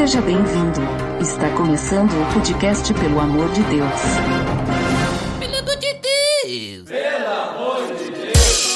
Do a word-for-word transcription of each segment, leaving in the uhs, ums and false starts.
Seja bem-vindo. Está começando o podcast Pelo Amor de Deus. Pelo amor de Deus! Pelo amor de Deus!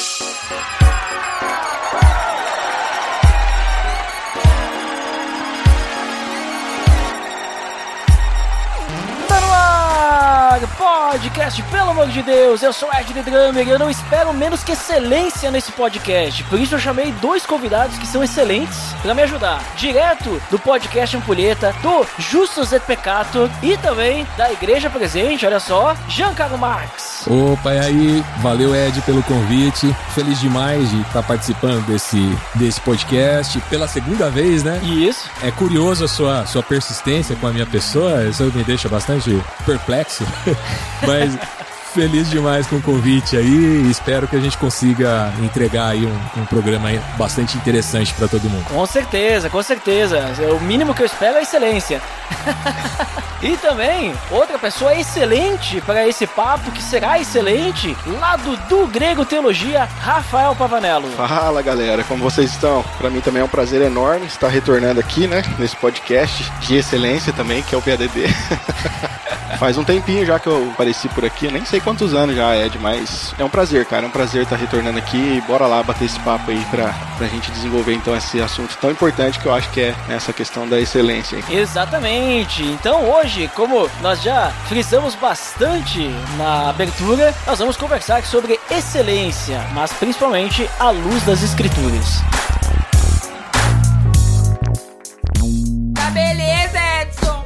Podcast, pelo amor de Deus, eu sou Ed The Drummer e eu não espero menos que excelência nesse podcast. Por isso eu chamei dois convidados que são excelentes para me ajudar. Direto do podcast Ampulheta, do Justus et Peccator e também da Igreja Presente, olha só, Giancarlo Marx. Opa, e aí, valeu Ed pelo convite, feliz demais de estar participando desse, desse podcast pela segunda vez, né? Isso. É curioso a sua, sua persistência com a minha pessoa, isso me deixa bastante perplexo. Mas feliz demais com o convite aí e espero que a gente consiga entregar aí um, um programa aí bastante interessante para todo mundo. Com certeza, com certeza. O mínimo que eu espero é excelência. E também, outra pessoa excelente para esse papo, que será excelente, lá do, do Grego Teologia, Rafael Pavanello. Fala galera, como vocês estão? Para mim também é um prazer enorme estar retornando aqui, né, nesse podcast de excelência também, que é o P A D D. Faz um tempinho já que eu apareci por aqui, eu nem sei quantos anos já, Ed, mas é um prazer, cara, é um prazer estar retornando aqui e bora lá bater esse papo aí pra, pra gente desenvolver então esse assunto tão importante que eu acho que é essa questão da excelência aí. Exatamente, então hoje, como nós já frisamos bastante na abertura, nós vamos conversar sobre excelência, mas principalmente à luz das escrituras. Tá beleza, Edson!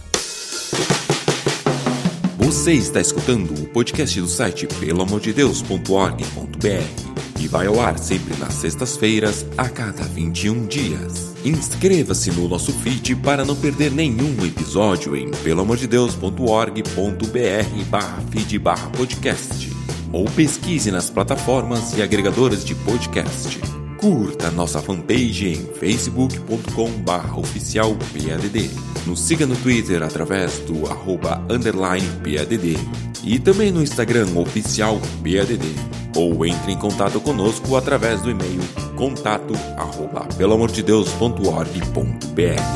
Você está escutando o podcast do site pelo amor de deus ponto org ponto b r e vai ao ar sempre nas sextas-feiras, a cada vinte e um dias. Inscreva-se no nosso feed para não perder nenhum episódio em pelo amor de deus ponto org ponto b r barra feed barra podcast ou pesquise nas plataformas e agregadoras de podcast. Curta nossa fanpage em facebook ponto com barra oficial P A D D. Nos siga no Twitter através do arroba underline P A D D e também no Instagram oficial P A D D. Ou entre em contato conosco através do e-mail contato arroba pelo amor de deus ponto org ponto b r.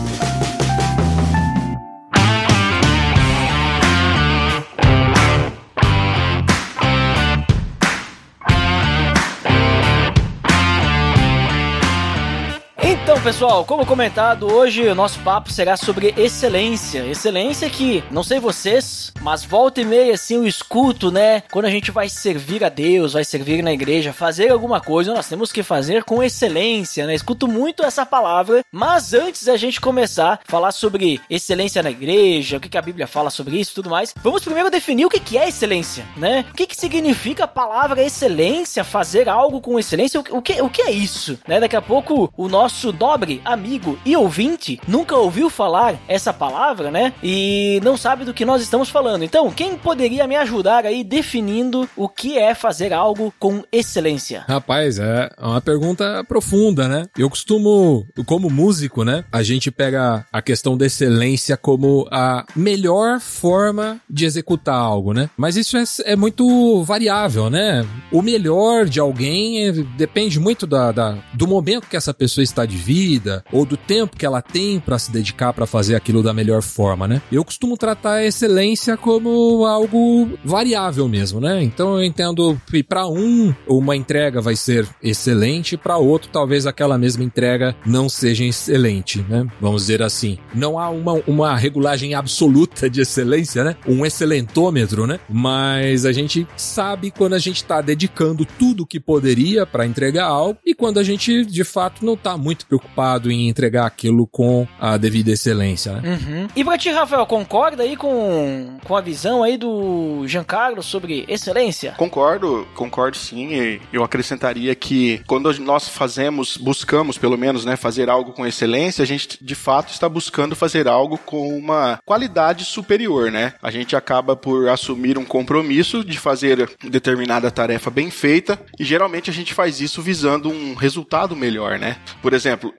Então, pessoal, como comentado, hoje o nosso papo será sobre excelência. Excelência que, não sei vocês, mas volta e meia assim eu escuto, né? Quando a gente vai servir a Deus, vai servir na igreja, fazer alguma coisa, nós temos que fazer com excelência, né? Escuto muito essa palavra, mas antes da gente começar a falar sobre excelência na igreja, o que a Bíblia fala sobre isso e tudo mais, vamos primeiro definir o que é excelência, né? O que significa a palavra excelência, fazer algo com excelência, o que, o que é isso, né? Daqui a pouco o nosso nobre amigo e ouvinte nunca ouviu falar essa palavra, né? E não sabe do que nós estamos falando. Então, quem poderia me ajudar aí definindo o que é fazer algo com excelência? Rapaz, é uma pergunta profunda, né? Eu costumo, como músico, né? A gente pega a questão da excelência como a melhor forma de executar algo, né? Mas isso é, é muito variável, né? O melhor de alguém é, depende muito da, da, do momento que essa pessoa está de vida ou do tempo que ela tem para se dedicar para fazer aquilo da melhor forma, né? Eu costumo tratar a excelência como algo variável mesmo, né? Então eu entendo que para um uma entrega vai ser excelente, para outro talvez aquela mesma entrega não seja excelente, né? Vamos dizer assim. Não há uma, uma regulagem absoluta de excelência, né? Um excelentômetro, né? Mas a gente sabe quando a gente está dedicando tudo que poderia para entregar algo e quando a gente de fato não está muito preocupado em entregar aquilo com a devida excelência, né? Uhum. E pra ti, Rafael, concorda aí com, com a visão aí do Giancarlo sobre excelência? Concordo, concordo sim, e eu acrescentaria que quando nós fazemos, buscamos pelo menos, né, fazer algo com excelência, a gente de fato está buscando fazer algo com uma qualidade superior, né? A gente acaba por assumir um compromisso de fazer determinada tarefa bem feita e geralmente a gente faz isso visando um resultado melhor, né? Por exemplo,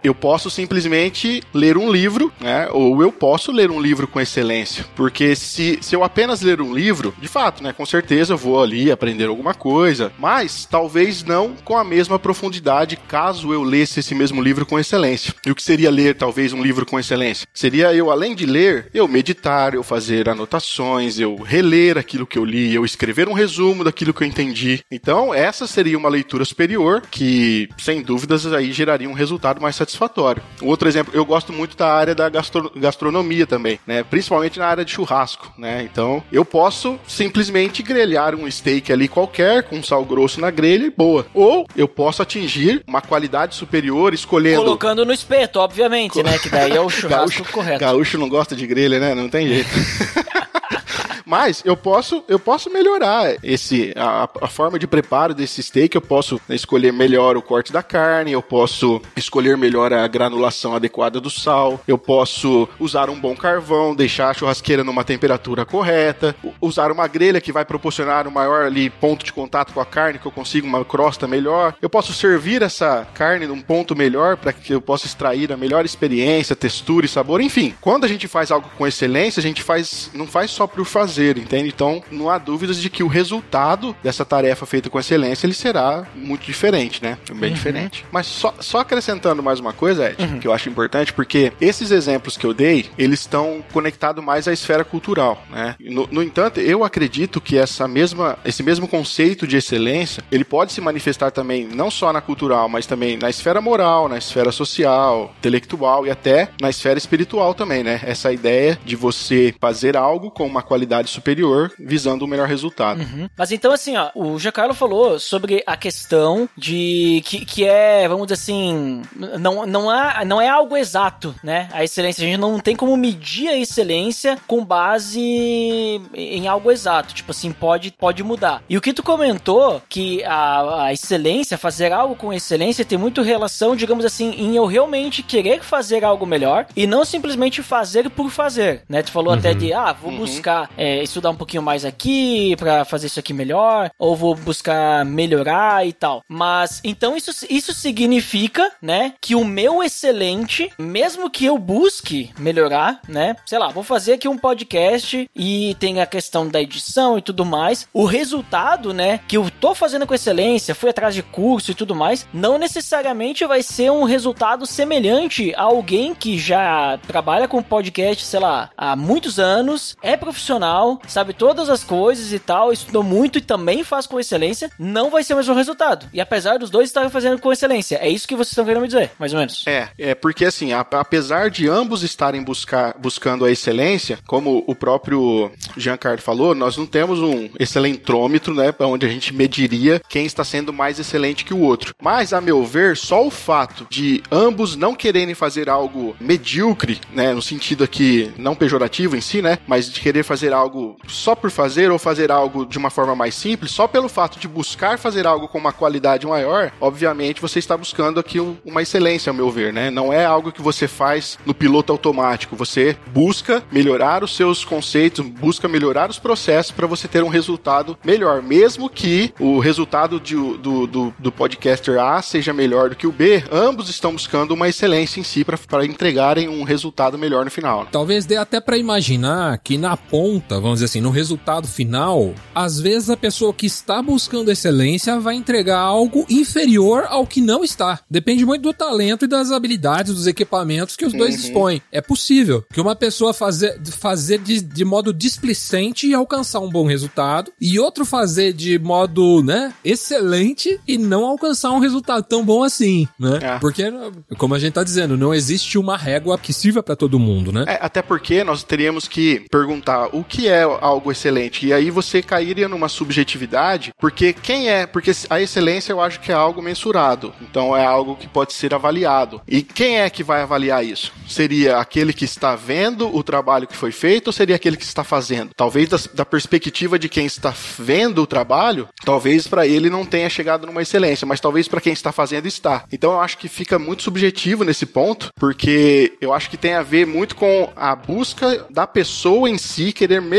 eu posso simplesmente ler um livro, né? Ou eu posso ler um livro com excelência. Porque se, se eu apenas ler um livro, de fato, né? Com certeza eu vou ali aprender alguma coisa, mas talvez não com a mesma profundidade caso eu lesse esse mesmo livro com excelência. E o que seria ler, talvez, um livro com excelência? Seria eu, além de ler, eu meditar, eu fazer anotações, eu reler aquilo que eu li, eu escrever um resumo daquilo que eu entendi. Então, essa seria uma leitura superior que, sem dúvidas, aí geraria um resultado mais satisfatório. Outro exemplo, eu gosto muito da área da gastro- gastronomia também, né? Principalmente na área de churrasco, né? Então, eu posso simplesmente grelhar um steak ali qualquer, com sal grosso na grelha e boa. Ou eu posso atingir uma qualidade superior escolhendo... Colocando no espeto, obviamente, né? Que daí é o churrasco gaúcho, correto. Gaúcho não gosta de grelha, né? Não tem jeito. Mas eu posso, eu posso melhorar esse, a, a forma de preparo desse steak, eu posso escolher melhor o corte da carne, eu posso escolher melhor a granulação adequada do sal, eu posso usar um bom carvão, deixar a churrasqueira numa temperatura correta, usar uma grelha que vai proporcionar um maior ali, ponto de contato com a carne, que eu consiga uma crosta melhor, eu posso servir essa carne num ponto melhor para que eu possa extrair a melhor experiência, textura e sabor, enfim. Quando a gente faz algo com excelência, a gente faz, não faz só por fazer, entende? Então, não há dúvidas de que o resultado dessa tarefa feita com excelência, ele será muito diferente, né? Bem uhum. diferente. Mas só, só acrescentando mais uma coisa, Ed, uhum. que eu acho importante, porque esses exemplos que eu dei, eles estão conectados mais à esfera cultural, né? No, no entanto, eu acredito que essa mesma, esse mesmo conceito de excelência, ele pode se manifestar também, não só na cultural, mas também na esfera moral, na esfera social, intelectual e até na esfera espiritual também, né? Essa ideia de você fazer algo com uma qualidade superior, visando o melhor resultado. Uhum. Mas então, assim, ó, o Giancarlo falou sobre a questão de que, que é, vamos dizer assim, não, não, há, não é algo exato, né? A excelência, a gente não tem como medir a excelência com base em algo exato, tipo assim, pode, pode mudar. E o que tu comentou, que a, a excelência, fazer algo com excelência tem muito relação, digamos assim, em eu realmente querer fazer algo melhor e não simplesmente fazer por fazer, né? Tu falou uhum. até de, ah, vou uhum. buscar é, estudar um pouquinho mais aqui pra fazer isso aqui melhor, ou vou buscar melhorar e tal. Mas, então isso, isso significa, né, que o meu excelente, mesmo que eu busque melhorar, né, sei lá, vou fazer aqui um podcast e tem a questão da edição e tudo mais, o resultado, né, que eu tô fazendo com excelência, fui atrás de curso e tudo mais, não necessariamente vai ser um resultado semelhante a alguém que já trabalha com podcast, sei lá, há muitos anos, é profissional, sabe todas as coisas e tal, estudou muito e também faz com excelência, não vai ser o mesmo resultado. E apesar dos dois estarem fazendo com excelência, é isso que vocês estão querendo me dizer, mais ou menos. É, é porque assim, a, apesar de ambos estarem buscar, buscando a excelência, como o próprio Giancarlo falou, nós não temos um excelentrômetro, né, onde a gente mediria quem está sendo mais excelente que o outro. Mas, a meu ver, só o fato de ambos não quererem fazer algo medíocre, né, no sentido aqui, não pejorativo em si, né, mas de querer fazer algo só por fazer ou fazer algo de uma forma mais simples, só pelo fato de buscar fazer algo com uma qualidade maior, obviamente você está buscando aqui uma excelência, ao meu ver, né? Não é algo que você faz no piloto automático, você busca melhorar os seus conceitos, busca melhorar os processos para você ter um resultado melhor, mesmo que o resultado de, do, do, do podcaster A seja melhor do que o B, ambos estão buscando uma excelência em si para entregarem um resultado melhor no final. Talvez dê até para imaginar que na ponta, vamos dizer assim, no resultado final, às vezes a pessoa que está buscando excelência vai entregar algo inferior ao que não está. Depende muito do talento e das habilidades, dos equipamentos que os dois uhum. dispõem. É possível que uma pessoa fazer, fazer de, de modo displicente e alcançar um bom resultado, e outro fazer de modo, né, excelente e não alcançar um resultado tão bom assim, né? É. Porque, como a gente tá dizendo, não existe uma régua que sirva para todo mundo, né? É, até porque nós teríamos que perguntar o que é algo excelente, e aí você cairia numa subjetividade, porque quem é, porque a excelência eu acho que é algo mensurado, então é algo que pode ser avaliado, e quem é que vai avaliar isso? Seria aquele que está vendo o trabalho que foi feito, ou seria aquele que está fazendo? Talvez da, da perspectiva de quem está vendo o trabalho, talvez para ele não tenha chegado numa excelência, mas talvez para quem está fazendo está. Então eu acho que fica muito subjetivo nesse ponto, porque eu acho que tem a ver muito com a busca da pessoa em si querer melhorar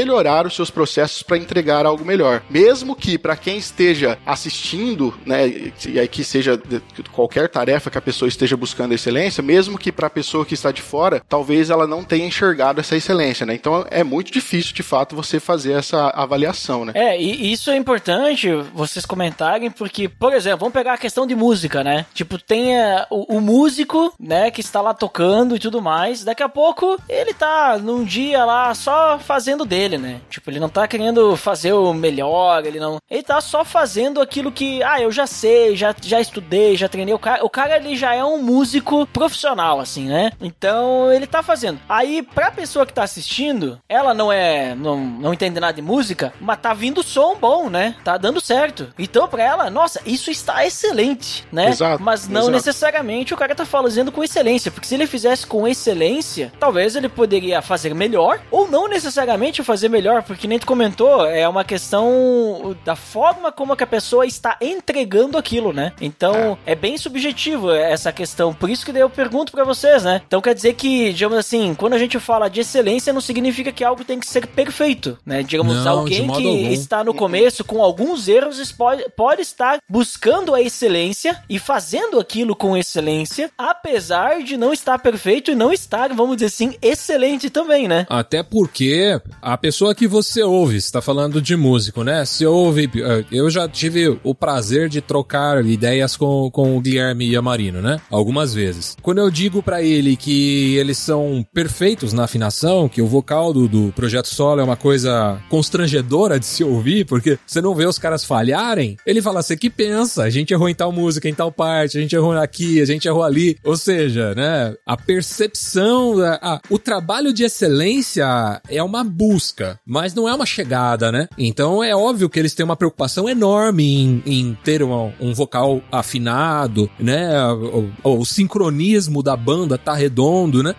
melhorar os seus processos para entregar algo melhor. Mesmo que para quem esteja assistindo, né, e aí que seja qualquer tarefa que a pessoa esteja buscando excelência, mesmo que para a pessoa que está de fora, talvez ela não tenha enxergado essa excelência, né? Então é muito difícil, de fato, você fazer essa avaliação, né? É, e isso é importante vocês comentarem, porque, por exemplo, vamos pegar a questão de música, né? Tipo, tem uh, o, o músico, né, que está lá tocando e tudo mais, daqui a pouco ele tá num dia lá só fazendo dele, né? Tipo, ele não tá querendo fazer o melhor, ele não... Ele tá só fazendo aquilo que, ah, eu já sei, já, já estudei, já treinei. O cara, o cara, ele já é um músico profissional, assim, né? Então, ele tá fazendo. Aí, pra pessoa que tá assistindo, ela não é... Não, não entende nada de música, mas tá vindo som bom, né? Tá dando certo. Então, pra ela, nossa, isso está excelente, né? Exato, mas não exato. necessariamente o cara tá fazendo com excelência, porque se ele fizesse com excelência, talvez ele poderia fazer melhor, ou não necessariamente fazer melhor, porque nem tu comentou, é uma questão da forma como que a pessoa está entregando aquilo, né? Então, é, é bem subjetivo essa questão, por isso que daí eu pergunto pra vocês, né? Então quer dizer que, digamos assim, quando a gente fala de excelência, não significa que algo tem que ser perfeito, né? Digamos, não, alguém que algum. está no começo com alguns erros pode, pode estar buscando a excelência e fazendo aquilo com excelência, apesar de não estar perfeito e não estar, vamos dizer assim, excelente também, né? Até porque a pessoa que você ouve, você tá falando de músico, né? Você ouve, eu já tive o prazer de trocar ideias com, com o Guilherme Yamarino, né? Algumas vezes. Quando eu digo pra ele que eles são perfeitos na afinação, que o vocal do, do Projeto Solo é uma coisa constrangedora de se ouvir, porque você não vê os caras falharem, ele fala, você que pensa, a gente errou em tal música, em tal parte, a gente errou aqui, a gente errou ali. Ou seja, né? A percepção, a, a, o trabalho de excelência é uma busca, mas não é uma chegada, né? Então é óbvio que eles têm uma preocupação enorme em, em ter um, um vocal afinado, né? O, o, o sincronismo da banda tá redondo, né?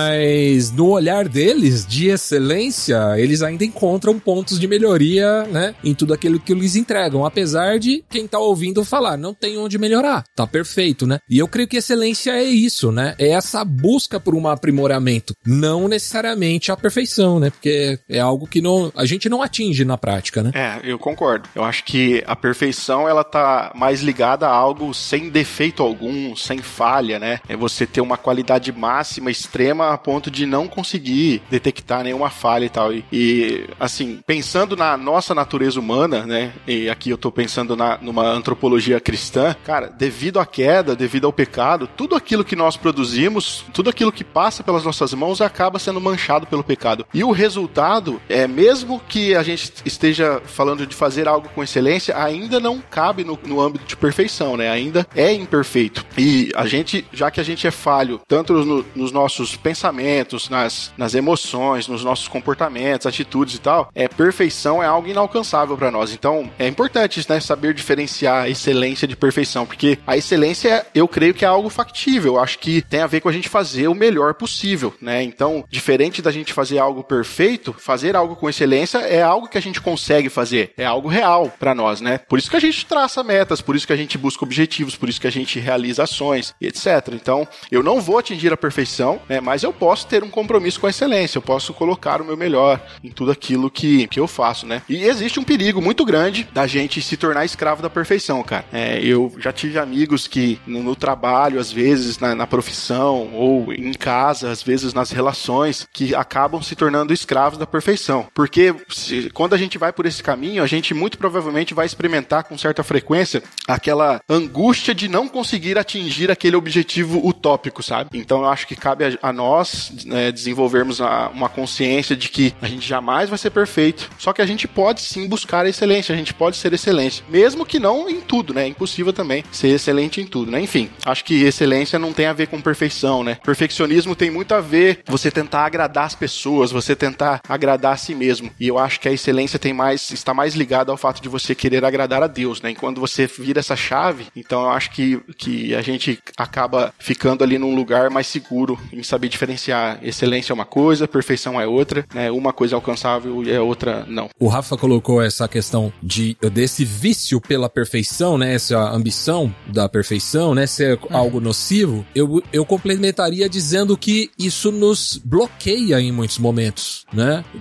Mas no olhar deles, de excelência, eles ainda encontram pontos de melhoria, né? Em tudo aquilo que eles entregam, apesar de quem tá ouvindo falar, não tem onde melhorar, tá perfeito, né? E eu creio que excelência é isso, né? É essa busca por um aprimoramento, não necessariamente a perfeição, né? Porque é algo que não, a gente não atinge na prática, né? É, eu concordo. Eu acho que a perfeição, ela tá mais ligada a algo sem defeito algum, sem falha, né? É você ter uma qualidade máxima, extrema, a ponto de não conseguir detectar nenhuma falha e tal. E, e assim, pensando na nossa natureza humana, né? E aqui eu tô pensando na, numa antropologia cristã, cara, devido à queda, devido ao pecado, tudo aquilo que nós produzimos, tudo aquilo que passa pelas nossas mãos acaba sendo manchado pelo pecado. E o resultado é, mesmo que a gente esteja falando de fazer algo com excelência, ainda não cabe no, no âmbito de perfeição, né? Ainda é imperfeito. E a gente, já que a gente é falho, tanto no, nos nossos pensamentos, nas, nas emoções, nos nossos comportamentos, atitudes e tal, é, perfeição é algo inalcançável para nós. Então, é importante, né, saber diferenciar a excelência de perfeição, porque a excelência, eu creio que é algo factível. Eu acho que tem a ver com a gente fazer o melhor possível, né? Então, diferente da gente fazer algo perfeito, fazer algo com excelência é algo que a gente consegue fazer, é algo real para nós, né? Por isso que a gente traça metas, por isso que a gente busca objetivos, por isso que a gente realiza ações, e etcétera. Então, eu não vou atingir a perfeição, né? Mas eu posso ter um compromisso com a excelência, eu posso colocar o meu melhor em tudo aquilo que, que eu faço, né? E existe um perigo muito grande da gente se tornar escravo da perfeição, cara. É, eu já tive amigos que no, no trabalho, às vezes na, na profissão, ou em casa, às vezes nas relações, que acabam se tornando escravos da perfeição. Porque se, quando a gente vai por esse caminho, a gente muito provavelmente vai experimentar com certa frequência aquela angústia de não conseguir atingir aquele objetivo utópico, sabe? Então eu acho que cabe a, a nós, né, desenvolvermos a, uma consciência de que a gente jamais vai ser perfeito, só que a gente pode sim buscar a excelência, a gente pode ser excelente, mesmo que não em tudo, né? É impossível também ser excelente em tudo, né? Enfim, acho que excelência não tem a ver com perfeição, né? Perfeccionismo tem muito a ver você tentar agradar as pessoas, você tentar agradar a si mesmo. E eu acho que a excelência tem mais, está mais ligada ao fato de você querer agradar a Deus, né? E quando você vira essa chave, então eu acho que, que a gente acaba ficando ali num lugar mais seguro em saber diferenciar. Excelência é uma coisa, perfeição é outra, né? Uma coisa é alcançável e a outra não. O Rafa colocou essa questão de, desse vício pela perfeição, né? Essa ambição da perfeição, né? Ser hum. algo nocivo. Eu, eu complementaria dizendo que isso nos bloqueia em muitos momentos, né?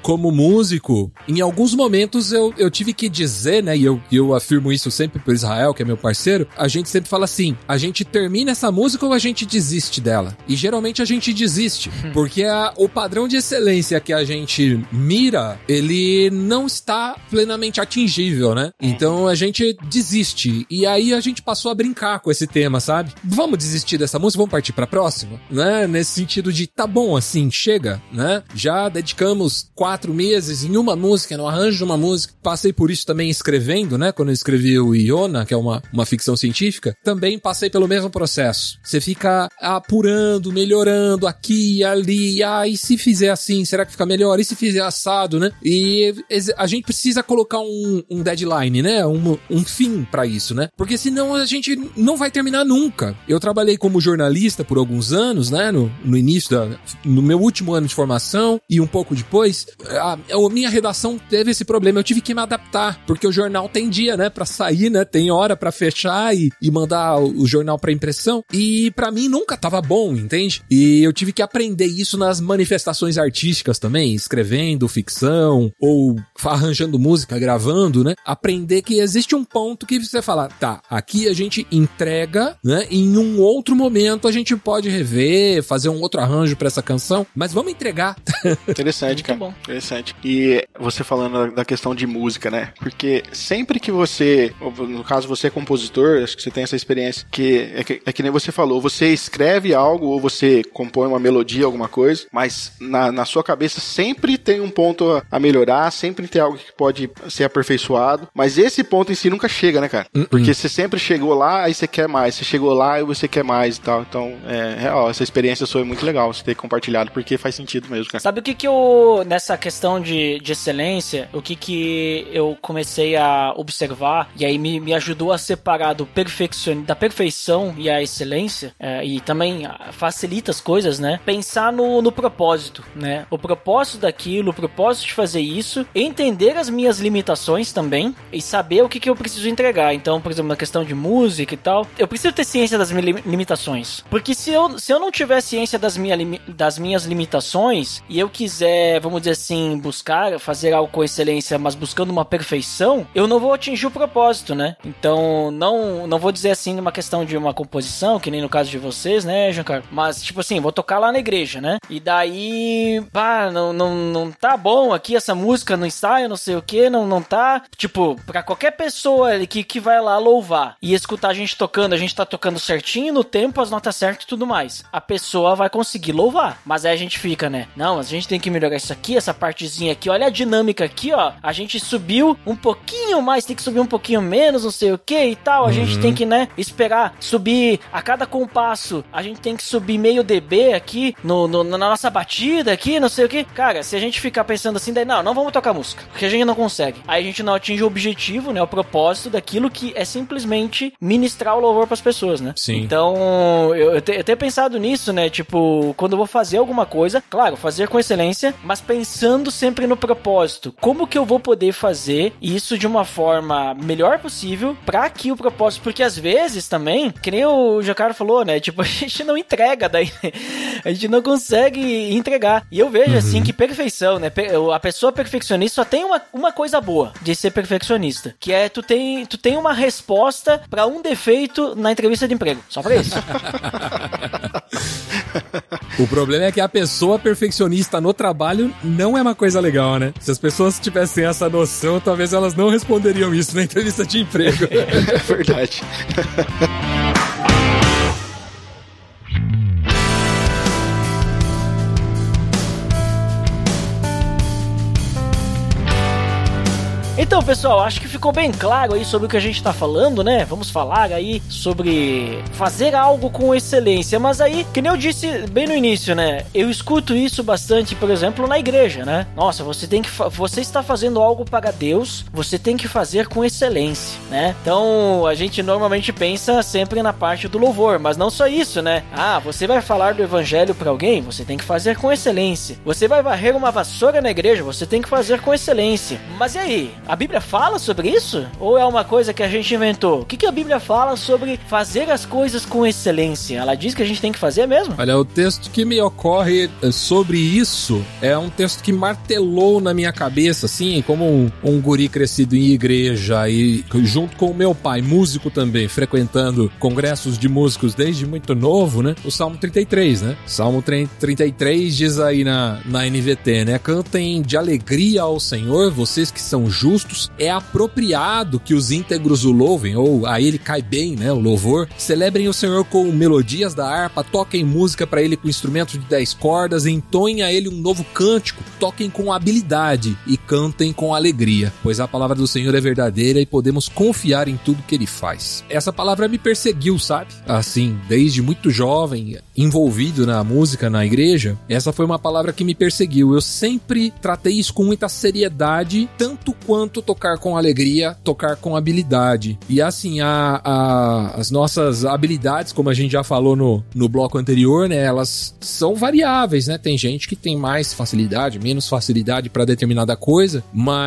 como músico, em alguns momentos eu, eu tive que dizer, né, e eu, eu afirmo isso sempre pro Israel, que é meu parceiro, a gente sempre fala assim, a gente termina essa música ou a gente desiste dela? E geralmente a gente desiste, porque a, o padrão de excelência que a gente mira, ele não está plenamente atingível, né? Então a gente desiste, e aí a gente passou a brincar com esse tema, sabe? Vamos desistir dessa música, vamos partir pra próxima, né? Nesse sentido de, tá bom, assim, chega, né? Já dedicamos quatro meses em uma música, no arranjo de uma música. Passei por isso também escrevendo, né? Quando eu escrevi o Iona, que é uma, uma ficção científica, também passei pelo mesmo processo. Você fica apurando, melhorando aqui e ali. Ah, e se fizer assim, será que fica melhor? E se fizer assado, né? E a gente precisa colocar um, um deadline, né? Um, um fim pra isso, né? Porque senão a gente não vai terminar nunca. Eu trabalhei como jornalista por alguns anos, né? No, no início da... No meu último ano de formação e um pouco depois, a, a minha redação teve esse problema. Eu tive que me adaptar, porque o jornal tem dia, né? Pra sair, né? Tem hora pra fechar e, e mandar o, o jornal pra impressão. E pra mim nunca tava bom, entende? E eu tive que aprender isso nas manifestações artísticas também, escrevendo ficção ou arranjando música, gravando, né? Aprender que existe um ponto que você fala, tá, aqui a gente entrega, né? Em um outro momento a gente pode rever, fazer um outro arranjo pra essa canção, mas vamos entregar. Interessante, cara. Bom. Interessante. E você falando da questão de música, né? Porque sempre que você, no caso você é compositor, acho que você tem essa experiência, que é, que é que nem você falou, você escreve algo ou você compõe uma melodia, alguma coisa, mas na, na sua cabeça sempre tem um ponto a, a melhorar, sempre tem algo que pode ser aperfeiçoado, mas esse ponto em si nunca chega, né, cara? Uh-uh. Porque você sempre chegou lá, aí você quer mais, você chegou lá e você quer mais e tal. Então, é real, essa experiência sua é muito legal você ter compartilhado, porque faz sentido mesmo, cara. Sabe o que que eu, nessa questão de, de excelência, o que que eu comecei a observar e aí me, me ajudou a separar do perfeccion, da perfeição e a excelência, é, e também facilita as coisas, né? Pensar no, no propósito, né? O propósito daquilo, o propósito de fazer isso, entender as minhas limitações também e saber o que que eu preciso entregar. Então, por exemplo, na questão de música e tal, eu preciso ter ciência das minhas limitações, porque se eu, se eu não tiver ciência das, minha, das minhas limitações e eu quiser, vamos dizer assim, buscar fazer algo com excelência, mas buscando uma perfeição, eu não vou atingir o propósito, né? Então, não, não vou dizer assim uma questão de uma composição, que nem no caso de vocês, né, Giancarlo? Mas, tipo assim, vou tocar lá na igreja, né? E daí, pá, não, não, não tá bom aqui essa música no ensaio, não sei o que, não, não tá. Tipo, pra qualquer pessoa que, que vai lá louvar e escutar a gente tocando, a gente tá tocando certinho no tempo, as notas certas e tudo mais, a pessoa vai conseguir louvar. Mas aí a gente fica, né? Não, a gente tem que melhorar isso aqui, essa partezinha aqui, olha a dinâmica aqui, ó. A gente subiu um pouquinho mais, tem que subir um pouquinho menos, não sei o que e tal. A uhum. gente tem que, né, esperar subir a cada compasso. A gente tem que subir meio dB aqui no, no, na nossa batida aqui, não sei o que. Cara, se a gente ficar pensando assim, daí não, não vamos tocar música, porque a gente não consegue. Aí a gente não atinge o objetivo, né, o propósito daquilo que é simplesmente ministrar o louvor pras pessoas, né? Sim. Então, eu, eu, te, eu tenho pensado nisso, né, tipo, quando eu vou fazer alguma coisa, claro, fazer com excelência, mas pensando sempre no propósito. Como que eu vou poder fazer isso de uma forma melhor possível pra que o propósito, porque às vezes também, que nem o Giancarlo falou, né, tipo, a gente não entrega daí, a gente não consegue entregar. E eu vejo, uhum. assim, que perfeição, né, a pessoa perfeccionista só tem uma, uma coisa boa de ser perfeccionista, que é tu tem, tu tem uma resposta pra um defeito na entrevista de emprego. Só pra isso. O problema é que a pessoa perfeccionista no trabalho não é uma coisa legal, né? Se as pessoas tivessem essa noção, talvez elas não responderiam isso na entrevista de emprego. É verdade. Então, pessoal, acho que ficou bem claro aí sobre o que a gente tá falando, né? Vamos falar aí sobre fazer algo com excelência. Mas aí, que nem eu disse bem no início, né? Eu escuto isso bastante, por exemplo, na igreja, né? Nossa, você tem que fa- você está fazendo algo para Deus, você tem que fazer com excelência, né? Então, a gente normalmente pensa sempre na parte do louvor, mas não só isso, né? Ah, você vai falar do evangelho para alguém, você tem que fazer com excelência. Você vai varrer uma vassoura na igreja, você tem que fazer com excelência. Mas e aí? A Bíblia fala sobre isso? Ou é uma coisa que a gente inventou? O que, que a Bíblia fala sobre fazer as coisas com excelência? Ela diz que a gente tem que fazer mesmo? Olha, o texto que me ocorre sobre isso é um texto que martelou na minha cabeça, assim, como um, um guri crescido em igreja e junto com o meu pai, músico também, frequentando congressos de músicos desde muito novo, né? O Salmo trinta e três, né? Salmo trinta e três diz aí na, na N V T, né? Cantem de alegria ao Senhor, vocês que são justos. É apropriado que os íntegros o louvem, ou a ele cai bem, né? O louvor. Celebrem o Senhor com melodias da harpa, toquem música para ele com instrumentos de dez cordas, entoem a ele um novo cântico, toquem com habilidade e cantem com alegria, pois a palavra do Senhor é verdadeira e podemos confiar em tudo que ele faz. Essa palavra me perseguiu, sabe? Assim, desde muito jovem, envolvido na música, na igreja, essa foi uma palavra que me perseguiu. Eu sempre tratei isso com muita seriedade, tanto quanto tocar com alegria, tocar com habilidade. E assim, a, a, as nossas habilidades, como a gente já falou no, no bloco anterior, né, elas são variáveis, né? Tem gente que tem mais facilidade, menos facilidade para determinada coisa,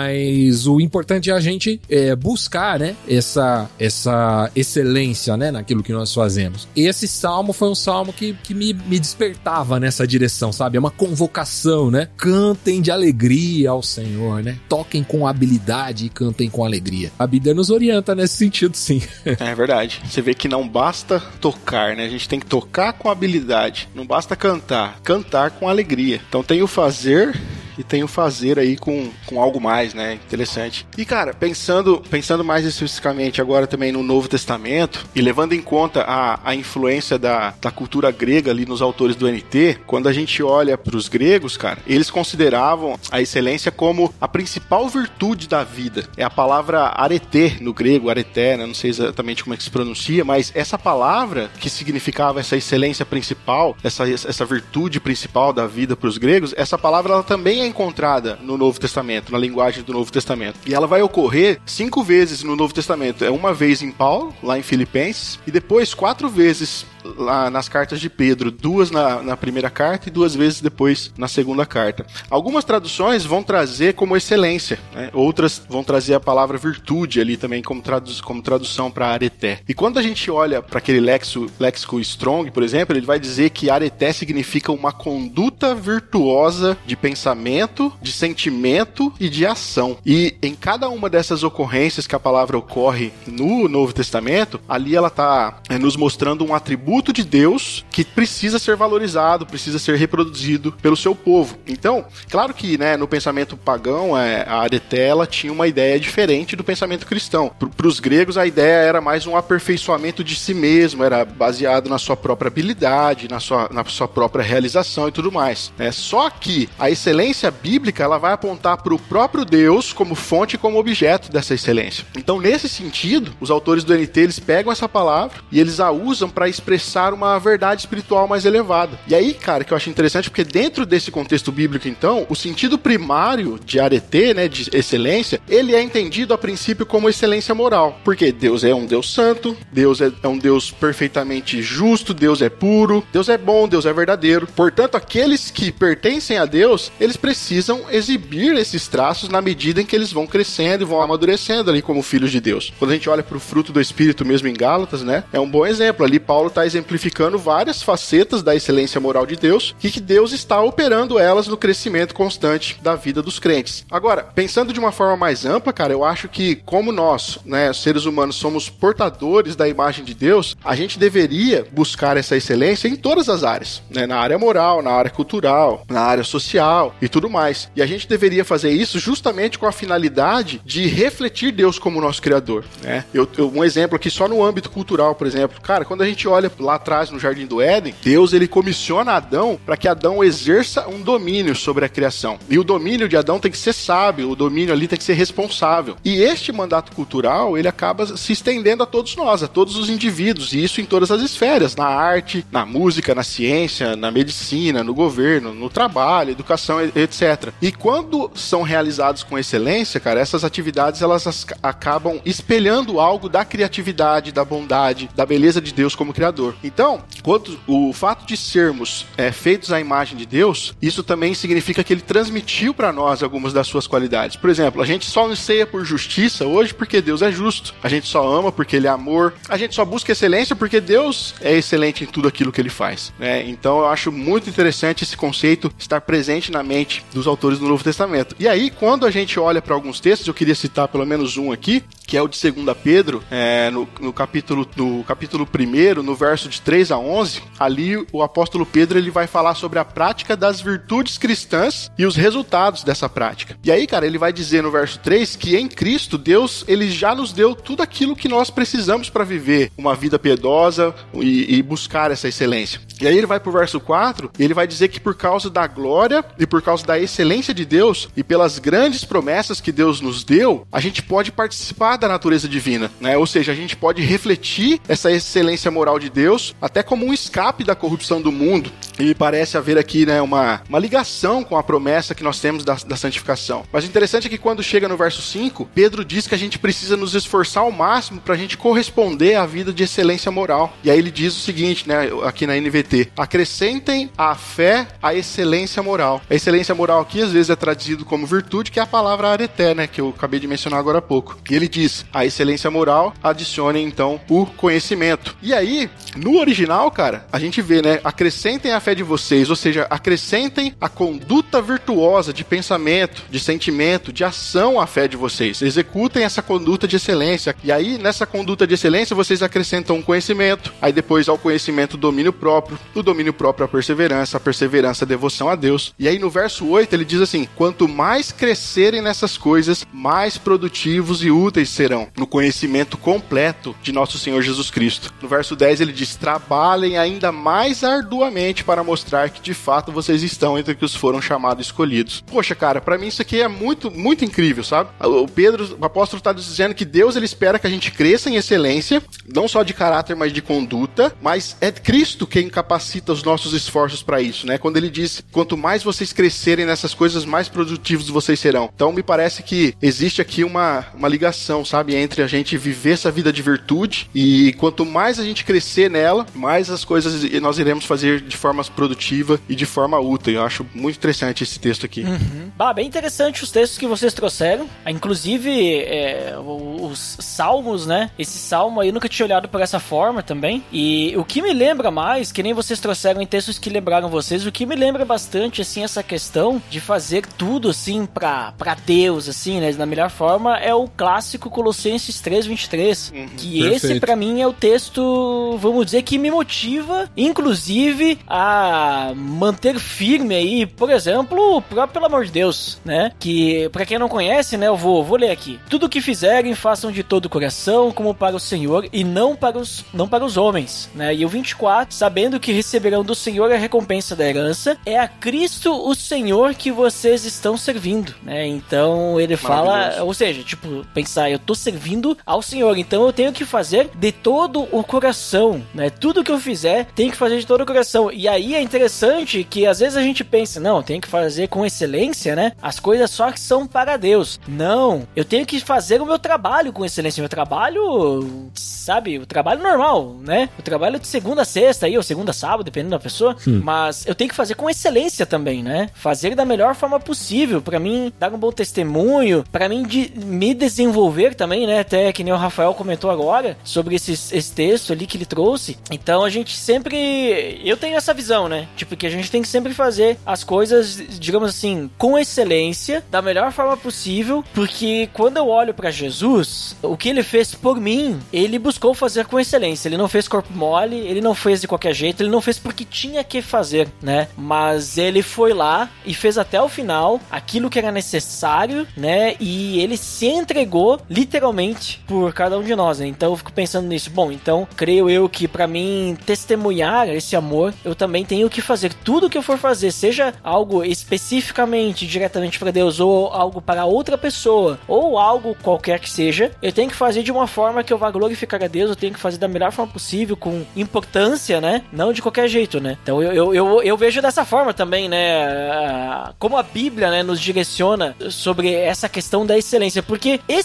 mas o importante é a gente é, buscar, né, essa, essa excelência, né, naquilo que nós fazemos. Esse salmo foi um salmo que, que me, me despertava nessa direção, sabe? É uma convocação, né? Cantem de alegria ao Senhor, né? Toquem com habilidade e cantem com alegria. A Bíblia nos orienta nesse sentido, sim. É verdade. Você vê que não basta tocar, né? A gente tem que tocar com habilidade. Não basta cantar. Cantar com alegria. Então tem o fazer e tem o fazer aí com, com algo mais, né? Interessante. E, cara, pensando, pensando mais especificamente agora também no Novo Testamento e levando em conta a, a influência da, da cultura grega ali nos autores do N T, quando a gente olha para os gregos, cara, eles consideravam a excelência como a principal virtude da vida. É a palavra arete no grego, areté, né? Não sei exatamente como é que se pronuncia, mas essa palavra que significava essa excelência principal, essa, essa virtude principal da vida para os gregos, essa palavra ela também é encontrada no Novo Testamento, na linguagem do Novo Testamento. E ela vai ocorrer cinco vezes no Novo Testamento. É uma vez em Paulo, lá em Filipenses, e depois quatro vezes lá nas cartas de Pedro, duas na, na primeira carta e duas vezes depois na segunda carta. Algumas traduções vão trazer como excelência, né? Outras vão trazer a palavra virtude ali também como, tradu como tradução para areté. E quando a gente olha para aquele léxico, léxico Strong, por exemplo, ele vai dizer que areté significa uma conduta virtuosa de pensamento, de sentimento e de ação. E em cada uma dessas ocorrências que a palavra ocorre no Novo Testamento, ali ela está é, nos mostrando um atributo de Deus que precisa ser valorizado, precisa ser reproduzido pelo seu povo. Então, claro que, né, no pensamento pagão, é, a areté ela tinha uma ideia diferente do pensamento cristão. Para os gregos, a ideia era mais um aperfeiçoamento de si mesmo, era baseado na sua própria habilidade, na sua, na sua própria realização e tudo mais. É, só que a excelência bíblica ela vai apontar para o próprio Deus como fonte e como objeto dessa excelência. Então, nesse sentido, os autores do N T eles pegam essa palavra e eles a usam para expressar uma verdade espiritual mais elevada. E aí, cara, que eu acho interessante, porque dentro desse contexto bíblico, então, o sentido primário de areté, né, de excelência, ele é entendido a princípio como excelência moral. Porque Deus é um Deus santo, Deus é um Deus perfeitamente justo, Deus é puro, Deus é bom, Deus é verdadeiro. Portanto, aqueles que pertencem a Deus, eles precisam exibir esses traços na medida em que eles vão crescendo e vão amadurecendo ali como filhos de Deus. Quando a gente olha para o fruto do Espírito mesmo em Gálatas, né, é um bom exemplo. Ali Paulo está exemplificando várias facetas da excelência moral de Deus e que Deus está operando elas no crescimento constante da vida dos crentes. Agora, pensando de uma forma mais ampla, cara, eu acho que como nós, né, seres humanos, somos portadores da imagem de Deus, a gente deveria buscar essa excelência em todas as áreas, né, na área moral, na área cultural, na área social e tudo mais. E a gente deveria fazer isso justamente com a finalidade de refletir Deus como nosso Criador, né? Eu, eu, um exemplo aqui só no âmbito cultural, por exemplo. Cara, quando a gente olha lá atrás no Jardim do Éden, Deus ele comissiona Adão para que Adão exerça um domínio sobre a criação. E o domínio de Adão tem que ser sábio, o domínio ali tem que ser responsável. E este mandato cultural, ele acaba se estendendo a todos nós, a todos os indivíduos, e isso em todas as esferas, na arte, na música, na ciência, na medicina, no governo, no trabalho, educação, etcétera. E quando são realizados com excelência, cara, essas atividades elas acabam espelhando algo da criatividade, da bondade, da beleza de Deus como Criador. Criador. Então, quando o fato de sermos é, feitos à imagem de Deus, isso também significa que ele transmitiu para nós algumas das suas qualidades. Por exemplo, a gente só anseia por justiça hoje porque Deus é justo. A gente só ama porque ele é amor. A gente só busca excelência porque Deus é excelente em tudo aquilo que ele faz, né? Então eu acho muito interessante esse conceito estar presente na mente dos autores do Novo Testamento. E aí, quando a gente olha para alguns textos, eu queria citar pelo menos um aqui, que é o de Segunda Pedro, é, no, no capítulo no capítulo primeiro, no verso de três a onze, ali o apóstolo Pedro ele vai falar sobre a prática das virtudes cristãs e os resultados dessa prática. E aí, cara, ele vai dizer no verso três que em Cristo, Deus ele já nos deu tudo aquilo que nós precisamos para viver uma vida piedosa e, e buscar essa excelência. E aí ele vai pro verso quatro e ele vai dizer que por causa da glória e por causa da excelência de Deus e pelas grandes promessas que Deus nos deu, a gente pode participar da natureza divina, né? Ou seja, a gente pode refletir essa excelência moral de Deus até como um escape da corrupção do mundo. E parece haver aqui, né, uma, uma ligação com a promessa que nós temos da, da santificação. Mas o interessante é que quando chega no verso cinco, Pedro diz que a gente precisa nos esforçar ao máximo para a gente corresponder à vida de excelência moral. E aí ele diz o seguinte, né, aqui na N V T: acrescentem à fé a excelência moral. A excelência moral aqui às vezes é traduzido como virtude, que é a palavra areté, né, que eu acabei de mencionar agora há pouco. E ele diz: a excelência moral, adicione então o conhecimento. E aí, no original, cara, a gente vê, né, acrescentem a fé de vocês, ou seja, acrescentem a conduta virtuosa de pensamento, de sentimento, de ação à fé de vocês. Executem essa conduta de excelência. E aí, nessa conduta de excelência, vocês acrescentam o conhecimento, aí depois ao conhecimento o domínio próprio, o domínio próprio a perseverança, a perseverança a devoção a Deus. E aí no verso oito ele diz assim: quanto mais crescerem nessas coisas, mais produtivos e úteis serão no conhecimento completo de nosso Senhor Jesus Cristo. No verso dez ele diz: trabalhem ainda mais arduamente para mostrar que de fato vocês estão entre os que foram chamados e escolhidos. Poxa, cara, pra mim isso aqui é muito, muito incrível, sabe? O Pedro, o apóstolo, está dizendo que Deus ele espera que a gente cresça em excelência, não só de caráter, mas de conduta, mas é Cristo quem capacita os nossos esforços para isso, né? Quando ele diz: quanto mais vocês crescerem nessas coisas, mais produtivos vocês serão. Então me parece que existe aqui uma, uma ligação, sabe? Entre a gente viver essa vida de virtude e quanto mais a gente crescer nela, mais as coisas nós iremos fazer de forma produtiva e de forma útil. Eu acho muito interessante esse texto aqui. Uhum. Bah, bem interessante os textos que vocês trouxeram. Inclusive, é, os salmos, né? Esse salmo aí eu nunca tinha olhado por essa forma também. E o que me lembra mais, que nem vocês trouxeram em textos que lembraram vocês, o que me lembra bastante, assim, essa questão de fazer tudo, assim, pra, pra Deus, assim, né? Da melhor forma, é o clássico Colossenses três, vinte e três. Uhum. Que Perfeito. Esse, pra mim, é o texto, vamos dizer, que me motiva, inclusive, a manter firme aí, por exemplo, o próprio Pelo Amor de Deus, né? Que, pra quem não conhece, né, eu vou, vou ler aqui. Tudo o que fizerem, façam de todo o coração, como para o Senhor, e não para os, não para os homens, né? E o vinte e quatro, sabendo que receberão do Senhor a recompensa da herança, é a Cristo o Senhor que vocês estão servindo, né? Então, ele fala, ou seja, tipo, pensar, eu tô servindo ao Senhor, então eu tenho que fazer de todo o coração, né? Tudo que eu fizer, tenho que fazer de todo o coração. E aí é interessante que às vezes a gente pensa, não, tem que fazer com excelência, né? As coisas só que são para Deus. Não, eu tenho que fazer o meu trabalho com excelência. Meu trabalho, sabe, o trabalho normal, né? O trabalho de segunda a sexta aí, ou segunda a sábado, dependendo da pessoa. Hum. Mas eu tenho que fazer com excelência também, né? Fazer da melhor forma possível, pra mim dar um bom testemunho, pra mim de, me desenvolver também, né? Até que nem o Rafael comentou agora sobre esse, esse texto ali que ele trouxe. Então a gente sempre, eu tenho essa visão, né? Tipo, que a gente tem que sempre fazer as coisas, digamos assim, com excelência, da melhor forma possível, porque quando eu olho pra Jesus, o que ele fez por mim, ele buscou fazer com excelência. Ele não fez corpo mole, ele não fez de qualquer jeito, ele não fez porque tinha que fazer, né? Mas ele foi lá e fez até o final aquilo que era necessário, né? E ele se entregou literalmente por cada um de nós, né? Então eu fico pensando nisso. Bom, então creio eu que pra mim testemunhar esse amor, eu também tenho que fazer tudo que eu for fazer, seja algo especificamente, diretamente para Deus, ou algo para outra pessoa, ou algo qualquer que seja, eu tenho que fazer de uma forma que eu vá glorificar a Deus, eu tenho que fazer da melhor forma possível, com importância, né? Não de qualquer jeito, né? Então eu, eu, eu, eu vejo dessa forma também, né? Como a Bíblia, né, nos direciona sobre essa questão da excelência, porque especificamente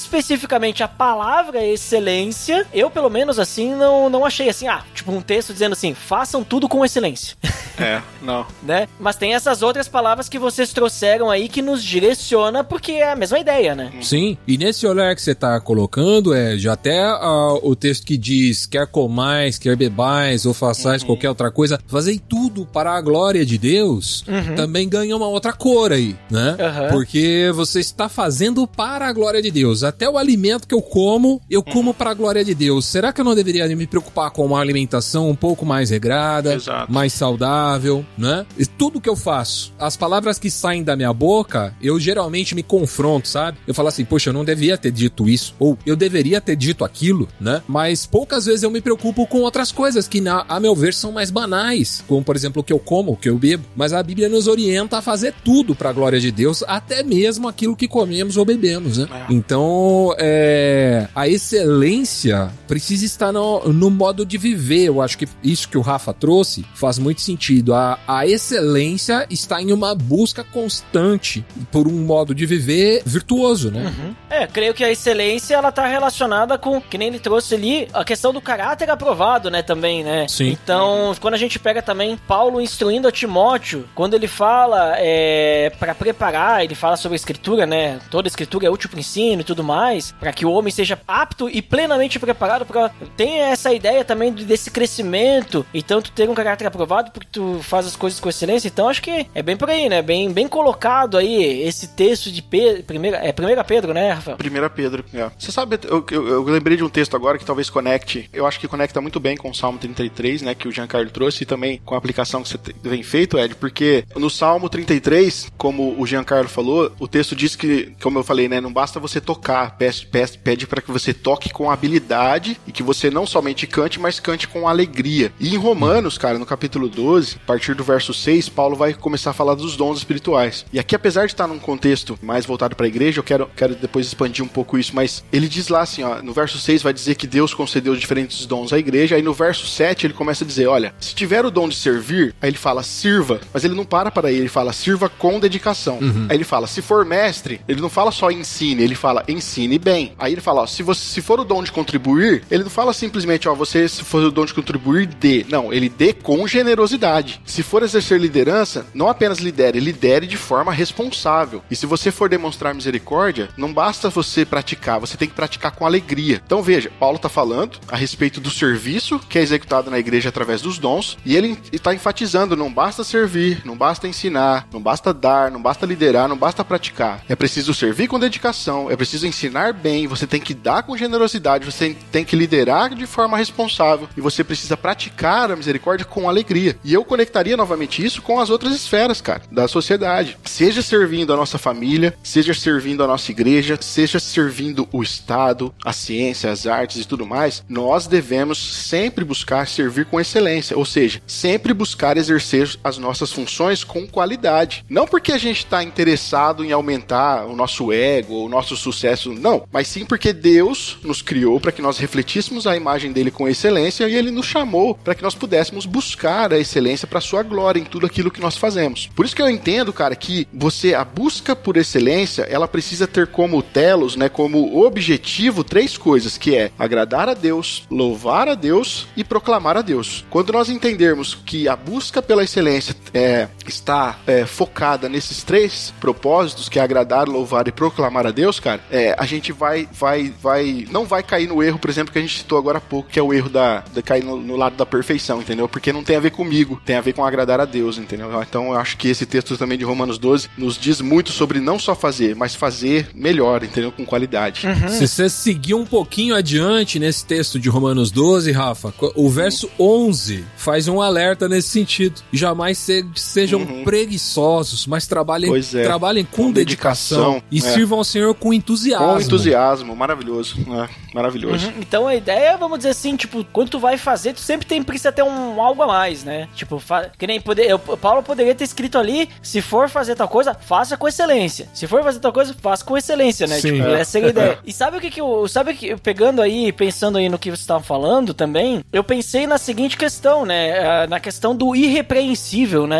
especificamente a palavra excelência, eu pelo menos assim não, não achei assim, ah, tipo um texto dizendo assim, façam tudo com excelência. É, não. Né? Mas tem essas outras palavras que vocês trouxeram aí que nos direciona porque é a mesma ideia, né? Sim, e nesse olhar que você tá colocando, é já até uh, o texto que diz, quer comais, quer bebais ou façais uhum. qualquer outra coisa, fazei tudo para a glória de Deus, uhum. também ganha uma outra cor aí, né? Uhum. Porque você está fazendo para a glória de Deus. Até o alimento que eu como, eu como uhum. para a glória de Deus. Será que eu não deveria me preocupar com uma alimentação um pouco mais regrada, Exato. mais saudável, né? E tudo que eu faço, as palavras que saem da minha boca, eu geralmente me confronto, sabe? Eu falo assim, poxa, eu não devia ter dito isso, ou eu deveria ter dito aquilo, né? Mas poucas vezes eu me preocupo com outras coisas que, na, a meu ver, são mais banais, como, por exemplo, o que eu como, o que eu bebo. Mas a Bíblia nos orienta a fazer tudo para a glória de Deus, até mesmo aquilo que comemos ou bebemos, né? É. Então, é, a excelência precisa estar no, no modo de viver. Eu acho que isso que o Rafa trouxe faz muito sentido. A, a excelência está em uma busca constante por um modo de viver virtuoso, né? Uhum. É, creio que a excelência, ela tá relacionada com, que nem ele trouxe ali, a questão do caráter aprovado, né, também, né? Sim. Então, uhum. quando a gente pega também Paulo instruindo a Timóteo, quando ele fala é, para preparar, ele fala sobre a escritura, né? Toda a escritura é útil para ensino e tudo mais, para que o homem seja apto e plenamente preparado para... Tem essa ideia também desse crescimento, e tanto ter um caráter aprovado porque tu faz as coisas com excelência. Então, acho que é bem por aí, né? Bem, bem colocado aí esse texto de Pedro, primeira, é primeira Pedro, né, Rafael? primeira Pedro, é. Você sabe, eu, eu, eu lembrei de um texto agora que talvez conecte, eu acho que conecta muito bem com o Salmo trinta e três, né, que o Giancarlo trouxe, e também com a aplicação que você vem feito, Ed, porque no Salmo trinta e três, como o Giancarlo falou, o texto diz que, como eu falei, né, não basta você tocar, pede, pede, pede para que você toque com habilidade e que você não somente cante, mas cante com alegria. E em Romanos, cara, no capítulo doze, a partir do verso seis, Paulo vai começar a falar dos dons espirituais. E aqui, apesar de estar num contexto mais voltado para a igreja, eu quero, quero depois expandir um pouco isso, mas ele diz lá assim, ó, no verso seis vai dizer que Deus concedeu diferentes dons à igreja, aí no verso sete ele começa a dizer, olha, se tiver o dom de servir, aí ele fala, sirva, mas ele não para para aí, ele fala, sirva com dedicação. Uhum. Aí ele fala, se for mestre, ele não fala só ensine, ele fala, ensine bem. Aí ele fala, ó, se, você, se for o dom de contribuir, ele não fala simplesmente, ó, você, se for o dom de contribuir, dê. Não, ele dê com generosidade. Se for exercer liderança, não apenas lidere, lidere de forma responsável. E se você for demonstrar misericórdia, não basta você praticar, você tem que praticar com alegria. Então veja, Paulo está falando a respeito do serviço que é executado na igreja através dos dons, e ele está enfatizando, não basta servir, não basta ensinar, não basta dar, não basta liderar, não basta praticar. É preciso servir com dedicação, é preciso ensinar bem, você tem que dar com generosidade, você tem que liderar de forma responsável, e você precisa praticar a misericórdia com alegria. E eu conectaria novamente isso com as outras esferas, cara, da sociedade. Seja servindo a nossa família, seja servindo a nossa igreja, seja servindo o Estado, a ciência, as artes e tudo mais, nós devemos sempre buscar servir com excelência, ou seja, sempre buscar exercer as nossas funções com qualidade. Não porque a gente está interessado em aumentar o nosso ego, o nosso sucesso, não, mas sim porque Deus nos criou para que nós refletíssemos a imagem dele com excelência, e ele nos chamou para que nós pudéssemos buscar a excelência para sua glória em tudo aquilo que nós fazemos. Por isso que eu entendo, cara, que você, a busca por excelência, ela precisa ter como telos, né, como objetivo três coisas, que é agradar a Deus, louvar a Deus e proclamar a Deus. Quando nós entendermos que a busca pela excelência é, está é, focada nesses três propósitos, que é agradar, louvar e proclamar a Deus, cara, é, a gente vai, vai, vai, não vai cair no erro, por exemplo, que a gente citou agora há pouco, que é o erro da, de cair no, no lado da perfeição, entendeu? Porque não tem a ver comigo, tem a ver com agradar a Deus, entendeu? Então eu acho que esse texto também de Romanos doze nos diz muito sobre não só fazer, mas fazer melhor, entendeu? Com qualidade. Uhum. Se você seguir um pouquinho adiante nesse texto de Romanos doze, Rafa, o verso onze faz um alerta nesse sentido. Jamais se, sejam uhum. preguiçosos, mas trabalhem, é. trabalhem com, com dedicação, dedicação e é. sirvam ao Senhor com entusiasmo. Com entusiasmo, maravilhoso. É, maravilhoso. Uhum. Então a ideia, vamos dizer assim, tipo, quando tu vai fazer, tu sempre tem, precisa ter um algo a mais, né? Tipo, fa- que nem poder, eu, Paulo poderia ter escrito ali, se for fazer tal coisa, faça com excelência. Se for fazer tal coisa, faça com excelência, né? Sim. Tipo, É. essa é a ideia. E sabe o que que eu, sabe que, pegando aí, pensando aí no que vocês estavam falando também, eu pensei na seguinte questão, né? Na questão do irrepreensível, né? Paulo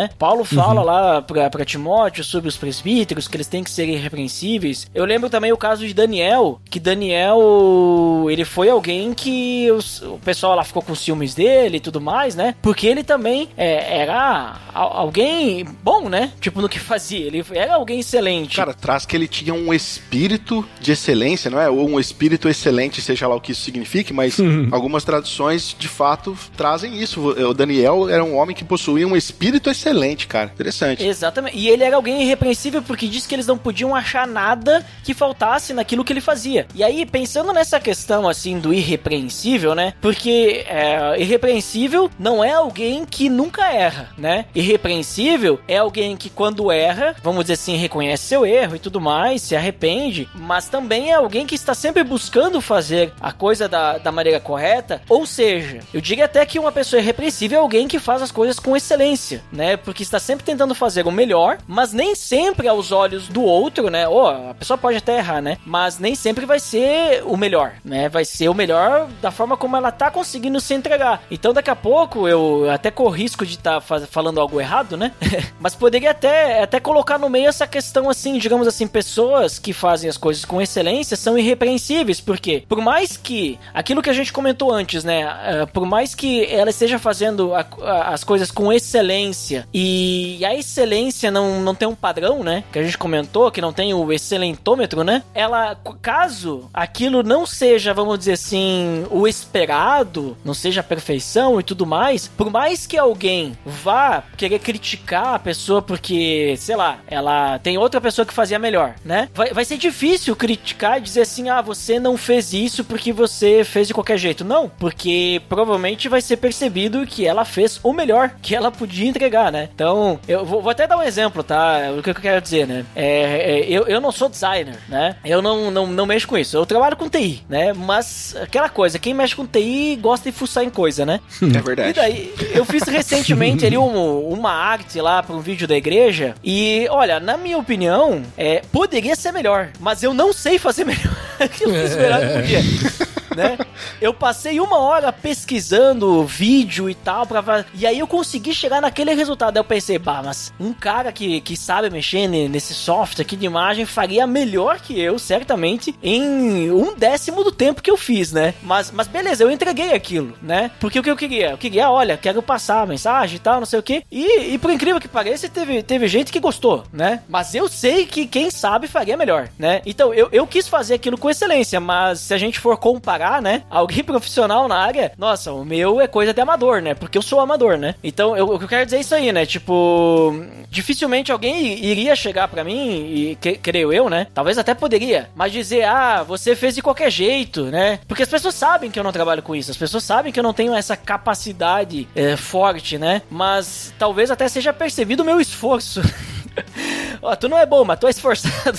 Paulo fala uhum. lá pra, pra Timóteo sobre os presbíteros, que eles têm que ser irrepreensíveis. Eu lembro também o caso de Daniel, que Daniel, ele foi alguém que os, o pessoal lá ficou com ciúmes dele e tudo mais, né? Porque ele também é, era alguém bom, né? Tipo, no que fazia. Ele era alguém excelente. Cara, traz que ele tinha um espírito de excelência, não é? Ou um espírito excelente, seja lá o que isso signifique, mas uhum. algumas traduções, de fato, trazem isso. O Daniel era um homem que possuía um espírito excelente, cara. Interessante. Exatamente. E ele era alguém irrepreensível porque disse que eles não podiam achar nada que faltasse naquilo que ele fazia. E aí, pensando nessa questão, assim, do irrepreensível, né? Porque é, irrepreensível não é alguém que nunca erra, né? Irrepreensível é alguém que quando erra, vamos dizer assim, reconhece seu erro e tudo mais, se arrepende, mas também é alguém que está sempre buscando fazer a coisa da, da maneira correta. Ou seja, eu digo até que uma pessoa irrepreensível é alguém que faz as coisas com excelência, né? Porque está sempre tentando fazer o melhor, mas nem sempre aos olhos do outro, né? Ou oh, a pessoa pode até errar, né? Mas nem sempre vai ser o melhor, né? Vai ser o melhor da forma como ela tá conseguindo se entregar. Então daqui a pouco eu até corro risco de estar tá falando algo errado, né? Mas poderia até, até colocar no meio essa questão assim, digamos assim, pessoas que fazem as coisas com excelência são irrepreensíveis, porque por mais que, aquilo que a gente comentou antes, né? Uh, por mais que ela esteja fazendo a, a, as coisas com excelência e a excelência não, não tem um padrão, né? Que a gente comentou, que não tem o excelentômetro, né? Ela, caso aquilo não seja, vamos dizer assim, o esperado, não seja a perfeição e tudo mais, por mais que alguém vá querer criticar a pessoa porque, sei lá, ela tem outra pessoa que fazia melhor, né? Vai, vai ser difícil criticar e dizer assim, ah, você não fez isso porque você fez de qualquer jeito. Não, porque provavelmente vai ser percebido que ela fez o melhor que ela podia entregar, né? Então, eu vou, vou até dar um exemplo, tá? O que eu quero dizer, né? É, é, eu, eu não sou designer, né? Eu não, não, não mexo com isso. Eu trabalho com T I, né? Mas aquela coisa, quem mexe com T I gosta de fuçar em coisa, né? É verdade. E daí, eu fiz recentemente ali um, uma arte lá para um vídeo da igreja e, olha, na minha opinião, é, poderia ser melhor, mas eu não sei fazer melhor. Eu fiz melhor que podia. Né? Eu passei uma hora pesquisando vídeo e tal, pra... e aí eu consegui chegar naquele resultado. Aí eu pensei, bah, mas um cara que, que sabe mexer nesse software aqui de imagem faria melhor que eu, certamente, em um décimo do tempo que eu fiz, né? Mas, mas beleza, eu entreguei aquilo, né? Porque o que eu queria? Eu queria, olha, quero passar a mensagem e tal, não sei o que. E, e por incrível que pareça, teve, teve gente que gostou, né? Mas eu sei que quem sabe faria melhor, né? Então, eu, eu quis fazer aquilo com excelência, mas se a gente for comparar, né? Alguém profissional na área, nossa, o meu é coisa de amador, né? Porque eu sou amador, né? Então, eu, o que eu quero dizer é isso aí, né? Tipo, dificilmente alguém iria chegar pra mim, e que, creio eu, né? Talvez até poderia, mas dizer, ah, você fez de qualquer jeito, né? Porque as pessoas sabem que eu não trabalho com isso, as pessoas sabem que eu não tenho essa capacidade é, forte, né? Mas talvez até seja percebido o meu esforço. Ó, tu não é bom, mas tu é esforçado.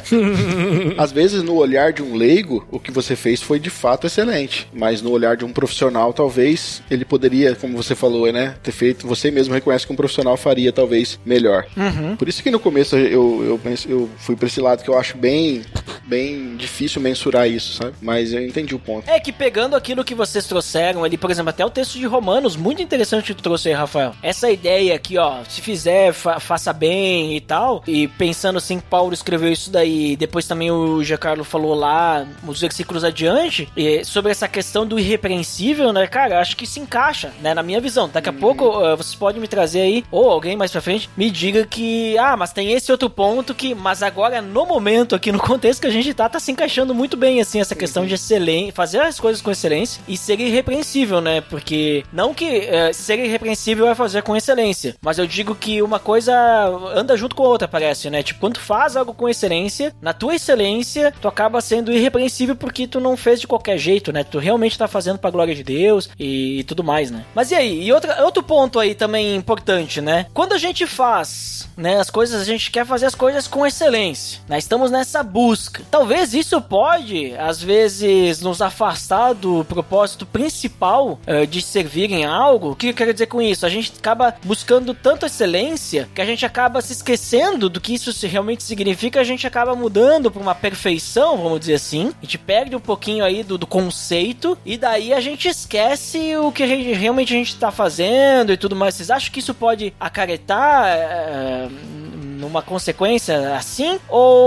Às vezes, no olhar de um leigo, o que você fez foi de fato excelente. Mas no olhar de um profissional, talvez ele poderia, como você falou, né, ter feito. Você mesmo reconhece que um profissional faria talvez melhor. Uhum. Por isso que no começo eu, eu, eu fui pra esse lado que eu acho bem, bem difícil mensurar isso, sabe? Mas eu entendi o ponto. É que pegando aquilo que vocês trouxeram ali, por exemplo, até o texto de Romanos, muito interessante que tu trouxe aí, Rafael. Essa ideia aqui, ó, se fizer, fa- faça bem e tal, e pensando assim que Paulo escreveu isso daí, depois também o Giancarlo falou lá, os versículos adiante, sobre essa questão do irrepreensível, né, cara, acho que se encaixa, né, na minha visão. Daqui a uhum. pouco, uh, vocês podem me trazer aí, ou alguém mais pra frente, me diga que, ah, mas tem esse outro ponto que, mas agora, no momento aqui, no contexto que a gente tá, tá se encaixando muito bem, assim, essa questão uhum. de excelência, fazer as coisas com excelência e ser irrepreensível, né, porque, não que uh, ser irrepreensível é fazer com excelência, mas eu digo que uma coisa anda junto com a outra, parece, né? Tipo, quando tu faz algo com excelência, na tua excelência, tu acaba sendo irrepreensível porque tu não fez de qualquer jeito, né? Tu realmente tá fazendo pra glória de Deus e, e tudo mais, né? Mas e aí? E outra, outro ponto aí também importante, né? Quando a gente faz, né, as coisas, a gente quer fazer as coisas com excelência, né? Estamos nessa busca. talvez isso pode, às vezes, nos afastar do propósito principal uh, de servir em algo. O que eu quero dizer com isso? A gente acaba buscando tanto excelência que a gente acaba se esquecendo do que isso realmente significa, a gente acaba mudando para uma perfeição, vamos dizer assim. A gente perde um pouquinho aí do, do conceito e daí a gente esquece o que a gente, realmente a gente está fazendo e tudo mais. Vocês acham que isso pode acarretar uh, numa consequência assim?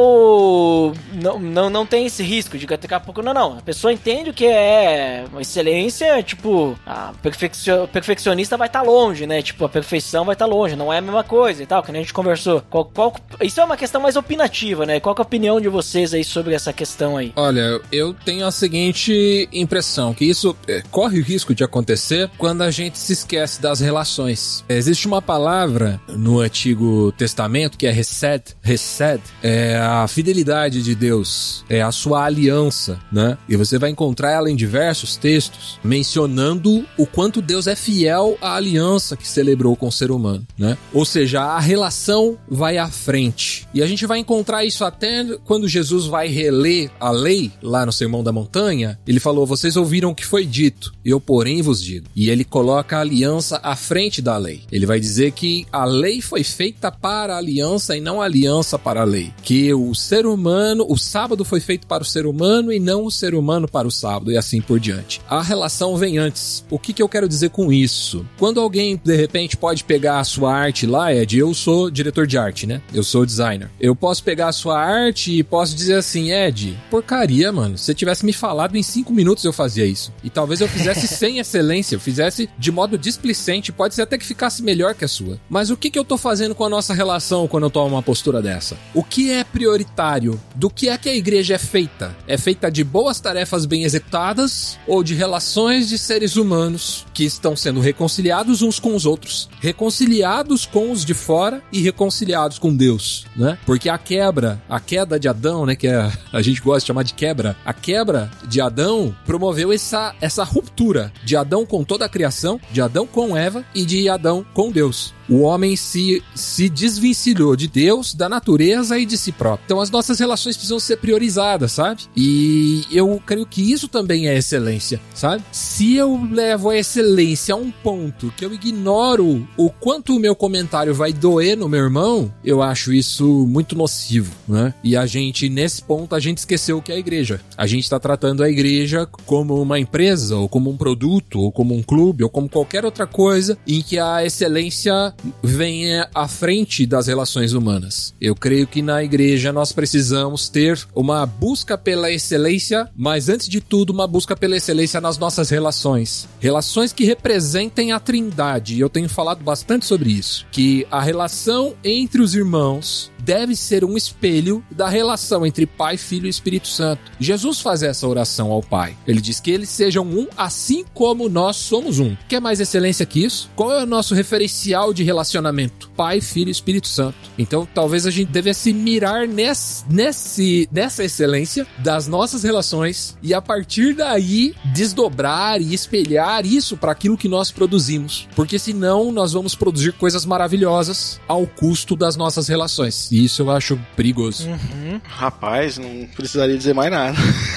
Ou não, não, não tem esse risco de daqui a pouco, não, não. A pessoa entende o que é uma excelência, tipo, a perfeccio, perfeccionista vai estar tá longe, né? Tipo, a perfeição vai estar tá longe, não é a mesma coisa e tal, que nem a gente conversou. Qual, qual, isso é uma questão mais opinativa, né? Qual que é a opinião de vocês aí sobre essa questão aí? Olha, eu tenho a seguinte impressão, que isso é, corre o risco de acontecer quando a gente se esquece das relações. Existe uma palavra no Antigo Testamento que é Hesed. Hesed é a fidelidade de Deus, é a sua aliança, né? E você vai encontrar ela em diversos textos, mencionando o quanto Deus é fiel à aliança que celebrou com o ser humano, né? Ou seja, a relação vai à frente. E a gente vai encontrar isso até quando Jesus vai reler a lei, lá no Sermão da Montanha. Ele falou, vocês ouviram o que foi dito, eu porém vos digo. E ele coloca a aliança à frente da lei. Ele vai dizer que a lei foi feita para a aliança e não a aliança para a lei. Que o ser humano, o sábado foi feito para o ser humano e não o ser humano para o sábado, e assim por diante. A relação vem antes. O que, que eu quero dizer com isso? Quando alguém, de repente, pode pegar a sua arte lá, Ed, eu sou diretor de arte, né? Eu sou designer. Eu posso pegar a sua arte e posso dizer assim, Ed, porcaria, mano. Se você tivesse me falado em cinco minutos eu fazia isso. E talvez eu fizesse sem excelência, eu fizesse de modo displicente, pode ser até que ficasse melhor que a sua. Mas o que, que eu tô fazendo com a nossa relação quando eu tomo uma postura dessa? O que é prioritário? Do que é que a igreja é feita? É feita de boas tarefas bem executadas ou de relações de seres humanos que estão sendo reconciliados uns com os outros, reconciliados com os de fora e reconciliados com Deus, né? Porque a quebra, a queda de Adão, né, que é, a gente gosta de chamar de quebra, a quebra de Adão promoveu essa, essa ruptura de Adão com toda a criação, de Adão com Eva e de Adão com Deus. O homem se, se desvencilhou de Deus, da natureza e de si próprio. Então as nossas relações precisam ser priorizadas, sabe? E eu creio que isso também é excelência, sabe? Se eu levo a excelência a um ponto que eu ignoro o quanto o meu comentário vai doer no meu irmão, eu acho isso muito nocivo, né? E a gente, nesse ponto, a gente esqueceu o que é a igreja. A gente está tratando a igreja como uma empresa, ou como um produto, ou como um clube, ou como qualquer outra coisa em que a excelência venha à frente das relações humanas. Eu creio que na igreja nós precisamos ter uma busca pela excelência, mas antes de tudo uma busca pela excelência nas nossas relações. Relações que representem a Trindade. E eu tenho falado bastante sobre isso. Que a relação entre os irmãos deve ser um espelho da relação entre Pai, Filho e Espírito Santo. Jesus faz essa oração ao Pai. Ele diz que eles sejam um, assim como nós somos um. Quer mais excelência que isso? Qual é o nosso referencial de relacionamento? Pai, Filho e Espírito Santo. Então, talvez a gente devesse mirar nesse, nesse, nessa excelência das nossas relações e, a partir daí, desdobrar e espelhar isso para aquilo que nós produzimos. Porque, senão, nós vamos produzir coisas maravilhosas ao custo das nossas relações. E isso eu acho perigoso. Uhum. Rapaz, não precisaria dizer mais nada.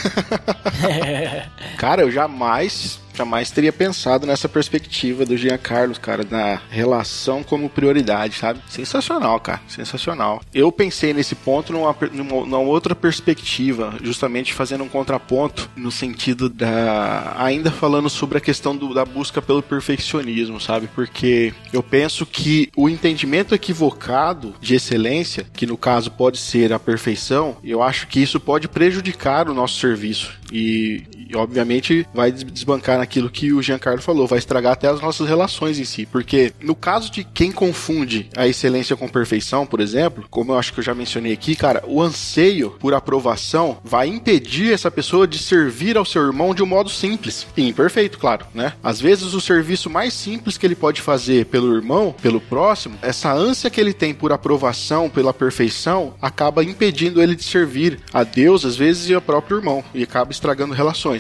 Cara, eu jamais... Jamais teria pensado nessa perspectiva do Jean Carlos, cara, na relação como prioridade, sabe? Sensacional, cara, sensacional. Eu pensei nesse ponto numa, numa, numa outra perspectiva, justamente fazendo um contraponto no sentido da... ainda falando sobre a questão do, da busca pelo perfeccionismo, sabe? Porque eu penso que o entendimento equivocado de excelência, que no caso pode ser a perfeição, eu acho que isso pode prejudicar o nosso serviço e, e obviamente vai desbancar naquilo que o Giancarlo falou, vai estragar até as nossas relações em si, porque no caso de quem confunde a excelência com perfeição, por exemplo, como eu acho que eu já mencionei aqui, cara, o anseio por aprovação vai impedir essa pessoa de servir ao seu irmão de um modo simples e imperfeito, claro, né? Às vezes o serviço mais simples que ele pode fazer pelo irmão, pelo próximo, essa ânsia que ele tem por aprovação, pela perfeição, acaba impedindo ele de servir a Deus, às vezes, e ao próprio irmão, e acaba estragando relações.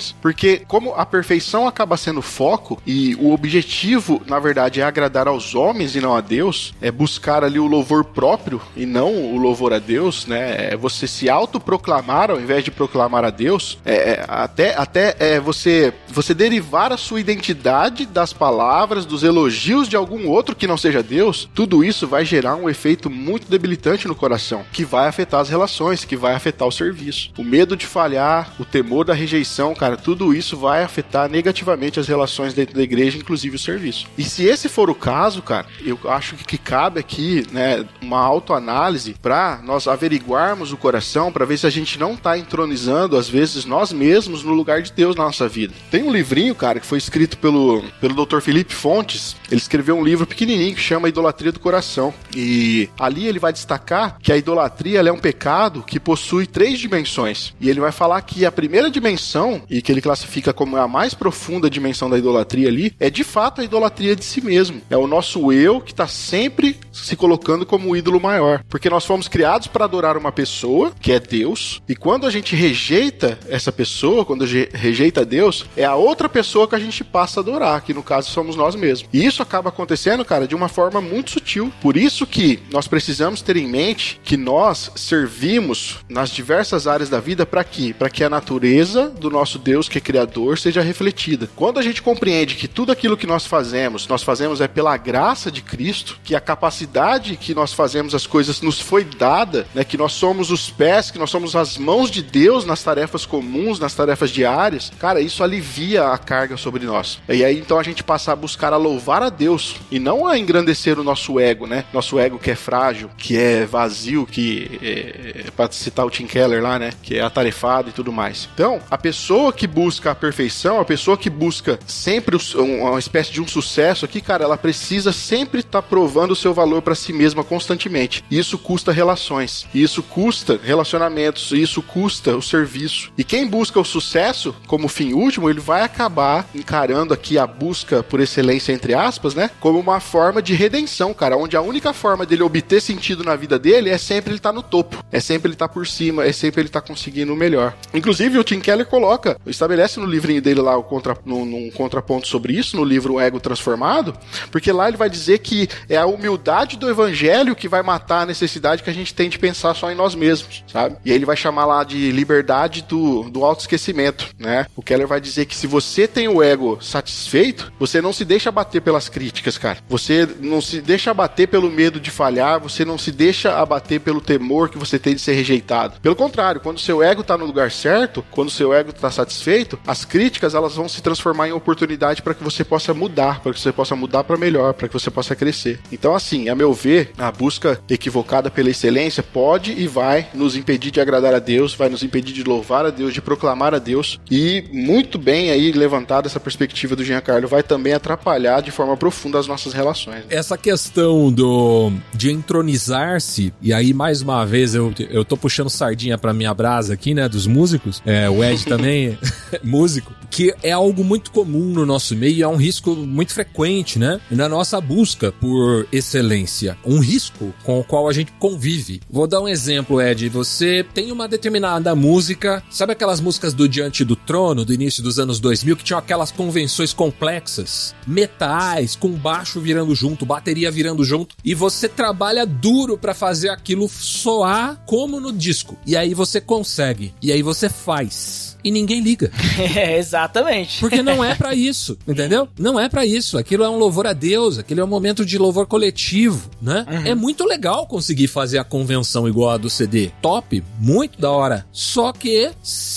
relações. Porque como a perfeição acaba sendo foco e o objetivo, na verdade, é agradar aos homens e não a Deus, é buscar ali o louvor próprio e não o louvor a Deus, né? É você se autoproclamar ao invés de proclamar a Deus, é, é, até, até é você, você derivar a sua identidade das palavras, dos elogios de algum outro que não seja Deus, tudo isso vai gerar um efeito muito debilitante no coração, que vai afetar as relações, que vai afetar o serviço. O medo de falhar, o temor da rejeição, cara, tudo isso vai afetar negativamente as relações dentro da igreja, inclusive o serviço. E se esse for o caso, cara, eu acho que cabe aqui, né, uma autoanálise para nós averiguarmos o coração, para ver se a gente não tá entronizando, às vezes, nós mesmos no lugar de Deus na nossa vida. Tem um livrinho, cara, que foi escrito pelo, pelo doutor Felipe Fontes. Ele escreveu um livro pequenininho que chama Idolatria do Coração. E ali ele vai destacar que a idolatria ela é um pecado que possui três dimensões. E ele vai falar que a primeira dimensão, e que ele classifica como a mais profunda dimensão da idolatria ali, é de fato a idolatria de si mesmo. É o nosso eu que está sempre se colocando como o ídolo maior. Porque nós fomos criados para adorar uma pessoa, que é Deus, e quando a gente rejeita essa pessoa, quando a gente rejeita Deus, é a outra pessoa que a gente passa a adorar, que no caso somos nós mesmos. E isso acaba acontecendo, cara, de uma forma muito sutil. Por isso que nós precisamos ter em mente que nós servimos nas diversas áreas da vida para quê? Para que a natureza do nosso Deus, que é criador, seja refletida. Quando a gente compreende que tudo aquilo que nós fazemos, nós fazemos é pela graça de Cristo, que a capacidade que nós fazemos as coisas nos foi dada, né, que nós somos os pés, que nós somos as mãos de Deus nas tarefas comuns, nas tarefas diárias, cara, isso alivia a carga sobre nós. E aí então a gente passa a buscar a louvar a Deus e não a engrandecer o nosso ego, né? Nosso ego que é frágil, que é vazio, que é, para citar o Tim Keller lá, né? Que é atarefado e tudo mais. Então, a pessoa que busca a perfeição, a pessoa que busca sempre uma espécie de um sucesso aqui, cara, ela precisa sempre estar tá provando o seu valor para si mesma constantemente. E isso custa relações, e isso custa relacionamentos, e isso custa o serviço. E quem busca o sucesso como fim último, ele vai acabar encarando aqui a busca por excelência, entre aspas, né? Como uma forma de redenção, cara, onde a única forma dele obter sentido na vida dele é sempre ele estar tá no topo, é sempre ele estar tá por cima, é sempre ele estar tá conseguindo o melhor. Inclusive, o Tim Keller coloca, estabelece no livrinho dele lá o contra, num, num contraponto sobre isso, no livro O Ego Transformado, porque lá ele vai dizer que é a humildade do evangelho que vai matar a necessidade que a gente tem de pensar só em nós mesmos, sabe? E aí ele vai chamar lá de liberdade do, do autoesquecimento, né? O Keller vai dizer que se você tem o ego satisfeito, você não se deixa abater pelas críticas, cara. Você não se deixa abater pelo medo de falhar, você não se deixa abater pelo temor que você tem de ser rejeitado. Pelo contrário, quando o seu ego tá no lugar certo, quando o seu ego tá satisfeito, as críticas, elas vão se transformar em oportunidade para que você possa mudar, para que você possa mudar para melhor, para que você possa crescer. Então, assim, a meu ver, a busca equivocada pela excelência pode e vai nos impedir de agradar a Deus, vai nos impedir de louvar a Deus, de proclamar a Deus, e muito bem aí levantada essa perspectiva do Giancarlo, vai também atrapalhar de forma profunda as nossas relações. Essa questão do de entronizar-se, e aí mais uma vez eu, eu tô puxando sardinha pra minha brasa aqui, né, dos músicos, é, o Ed também é músico, que é algo muito comum no nosso meio e é um risco muito frequente, né, na nossa busca por excelência, um risco com o qual a gente convive. Vou dar um exemplo, Ed, você tem uma determinada música, sabe aquelas músicas do Diante do Trono, do início dos anos dois mil, que tinham aquelas convenções complexas, metais, com baixo virando junto, bateria virando junto, e você trabalha duro pra fazer aquilo soar como no disco, e aí você consegue, e aí você faz. E ninguém liga. É, exatamente. Porque não é pra isso, entendeu? Não é pra isso. Aquilo é um louvor a Deus, aquilo é um momento de louvor coletivo, né? Uhum. É muito legal conseguir fazer a convenção igual a do C D. Top, muito da hora. Só que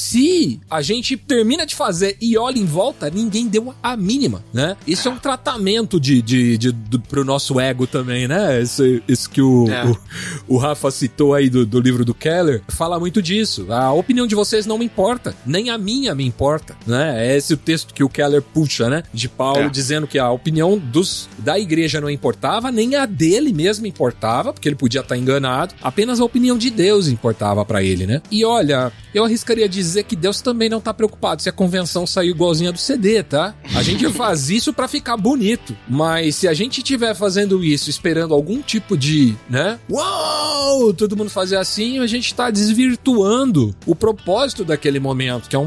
se a gente termina de fazer e olha em volta, ninguém deu a mínima, né? Isso é um tratamento de, de, de, de, pro nosso ego também, né? Isso, isso que o, é. o, o Rafa citou aí do, do livro do Keller, fala muito disso. A opinião de vocês não me importa. Nem a minha me importa, né? É esse o texto que o Keller puxa, né? De Paulo, é. dizendo que a opinião dos, da igreja não importava, nem a dele mesmo importava, porque ele podia estar enganado, apenas a opinião de Deus importava pra ele, né? E olha, eu arriscaria dizer que Deus também não tá preocupado se a convenção sair igualzinha do C D, tá? A gente faz isso pra ficar bonito, mas se a gente estiver fazendo isso esperando algum tipo de, né? Uau! Todo mundo fazer assim, a gente tá desvirtuando o propósito daquele momento, que é um propósito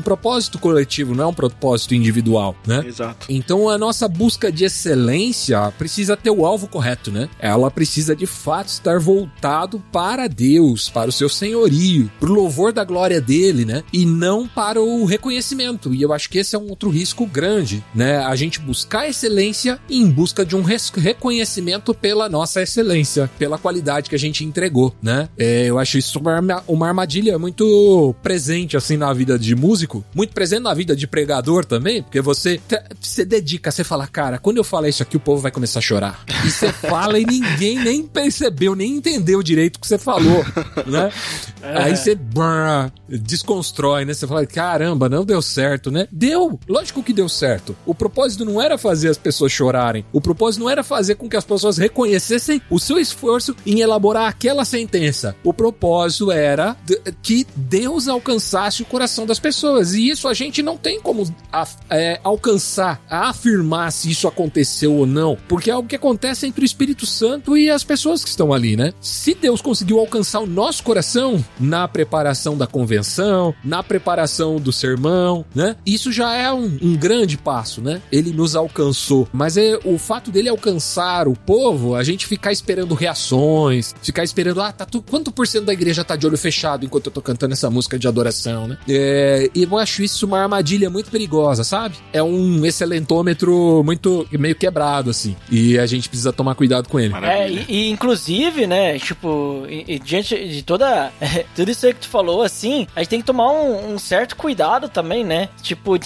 propósito coletivo, não é um propósito individual, né? Exato. Então a nossa busca de excelência precisa ter o alvo correto, né? Ela precisa de fato estar voltado para Deus, para o seu senhorio, para o louvor da glória dele, né? E não para o reconhecimento. E eu acho que esse é um outro risco grande, né? A gente buscar excelência em busca de um res- reconhecimento pela nossa excelência, pela qualidade que a gente entregou, né? É, eu acho isso uma, arma- uma armadilha muito presente, assim, na vida de músico, muito presente na vida de pregador também, porque você te, você dedica, você fala, cara, quando eu falar isso aqui, o povo vai começar a chorar. E você fala e ninguém nem percebeu, nem entendeu direito o que você falou, né? É. Aí você brrr, desconstrói, né? Você fala, caramba, não deu certo, né? Deu! Lógico que deu certo. O propósito não era fazer as pessoas chorarem. O propósito não era fazer com que as pessoas reconhecessem o seu esforço em elaborar aquela sentença. O propósito era de, que Deus alcançasse o coração das pessoas. E isso a gente não tem como a, é, alcançar, afirmar se isso aconteceu ou não. Porque é algo que acontece entre o Espírito Santo e as pessoas que estão ali, né? Se Deus conseguiu alcançar o nosso coração na preparação da convenção, na preparação do sermão, né? Isso já é um, um grande passo, né? Ele nos alcançou. Mas é o fato dele alcançar o povo, a gente ficar esperando reações, ficar esperando, ah, tá tu, quanto por cento da igreja tá de olho fechado enquanto eu tô cantando essa música de adoração, né? É, e eu acho isso uma armadilha muito perigosa, sabe? É um excelentômetro muito, meio quebrado, assim. E a gente precisa tomar cuidado com ele. É, e, e inclusive, né, tipo, e, e diante de toda, é, tudo isso aí que tu falou, assim, a gente tem que tomar um, um certo cuidado também, né? Tipo,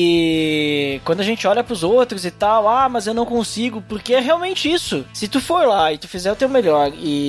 de... quando a gente olha pros outros e tal, ah, mas eu não consigo, porque é realmente isso. Se tu for lá e tu fizer o teu melhor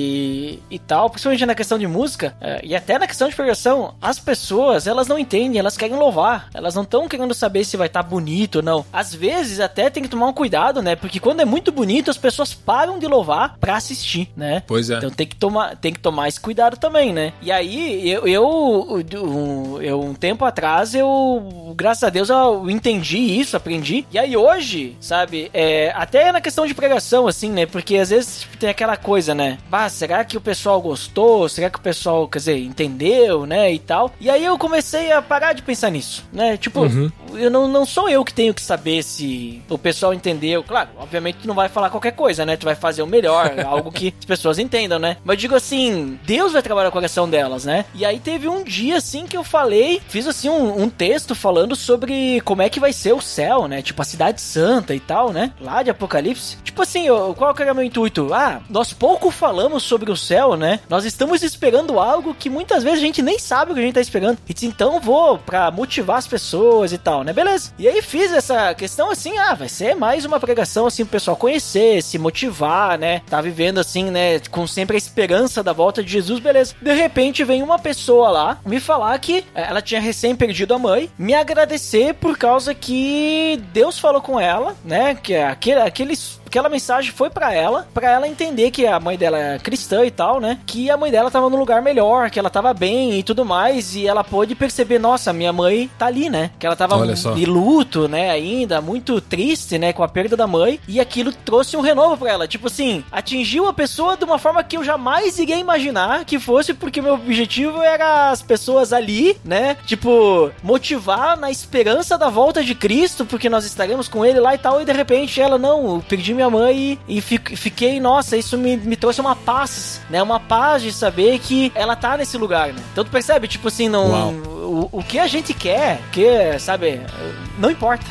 e, e tal, principalmente na questão de música, é, e até na questão de pregação, as pessoas, elas não entendem, elas querem louvar. Elas não estão querendo saber se vai estar tá bonito ou não. Às vezes, até tem que tomar um cuidado, né? Porque quando é muito bonito, as pessoas param de louvar pra assistir, né? Pois é. Então tem que tomar, tem que tomar esse cuidado também, né? E aí, eu, eu, eu, eu um tempo atrás, eu, graças a Deus, eu entendi isso, aprendi. E aí hoje, sabe, é, até na questão de pregação, assim, né? Porque às vezes tipo, tem aquela coisa, né? Bah, será que o pessoal gostou? Será que o pessoal, quer dizer, entendeu, né? E tal. E aí eu comecei a parar de pensar nisso, né? Tipo, uhum. eu não, não sou eu que tenho que saber se o pessoal entendeu. Claro, obviamente tu não vai falar qualquer coisa, né? Tu vai fazer o melhor, algo que as pessoas entendam, né? Mas eu digo assim, Deus vai trabalhar com o coração delas, né? E aí teve um dia, assim, que eu falei, fiz assim um, um texto falando sobre como é que vai ser o céu, né? Tipo, a cidade santa e tal, né? Lá de Apocalipse. Tipo assim, eu, qual que era o meu intuito? Ah, nós pouco falamos sobre o céu, né? Nós estamos esperando algo que muitas vezes a gente nem sabe o que a gente tá esperando. E disse, então vou pra motivar as pessoas e tal, né? Beleza. E aí fiz essa questão assim, ah, vai ser mais uma pregação assim pro pessoal conhecer, se motivar, né? Tá vivendo assim, né? Com sempre a esperança da volta de Jesus, beleza. De repente vem uma pessoa lá me falar que ela tinha recém perdido a mãe, me agradecer por causa que Deus falou com ela, né? Que aquele, aqueles... aquela mensagem foi pra ela, pra ela entender que a mãe dela é cristã e tal, né? Que a mãe dela tava num lugar melhor, que ela tava bem e tudo mais, e ela pôde perceber, nossa, minha mãe tá ali, né? Que ela tava de luto, né? Ainda, muito triste, né? Com a perda da mãe, e aquilo trouxe um renovo pra ela. Tipo assim, atingiu a pessoa de uma forma que eu jamais iria imaginar que fosse, porque meu objetivo era as pessoas ali, né? Tipo, motivar na esperança da volta de Cristo, porque nós estaremos com ele lá e tal, e de repente ela, não, eu perdi minha mãe e, e fiquei, nossa, isso me, me trouxe uma paz, né? Uma paz de saber que ela tá nesse lugar, né? Então tu percebe, tipo assim, não, o, o que a gente quer, que, sabe, não importa.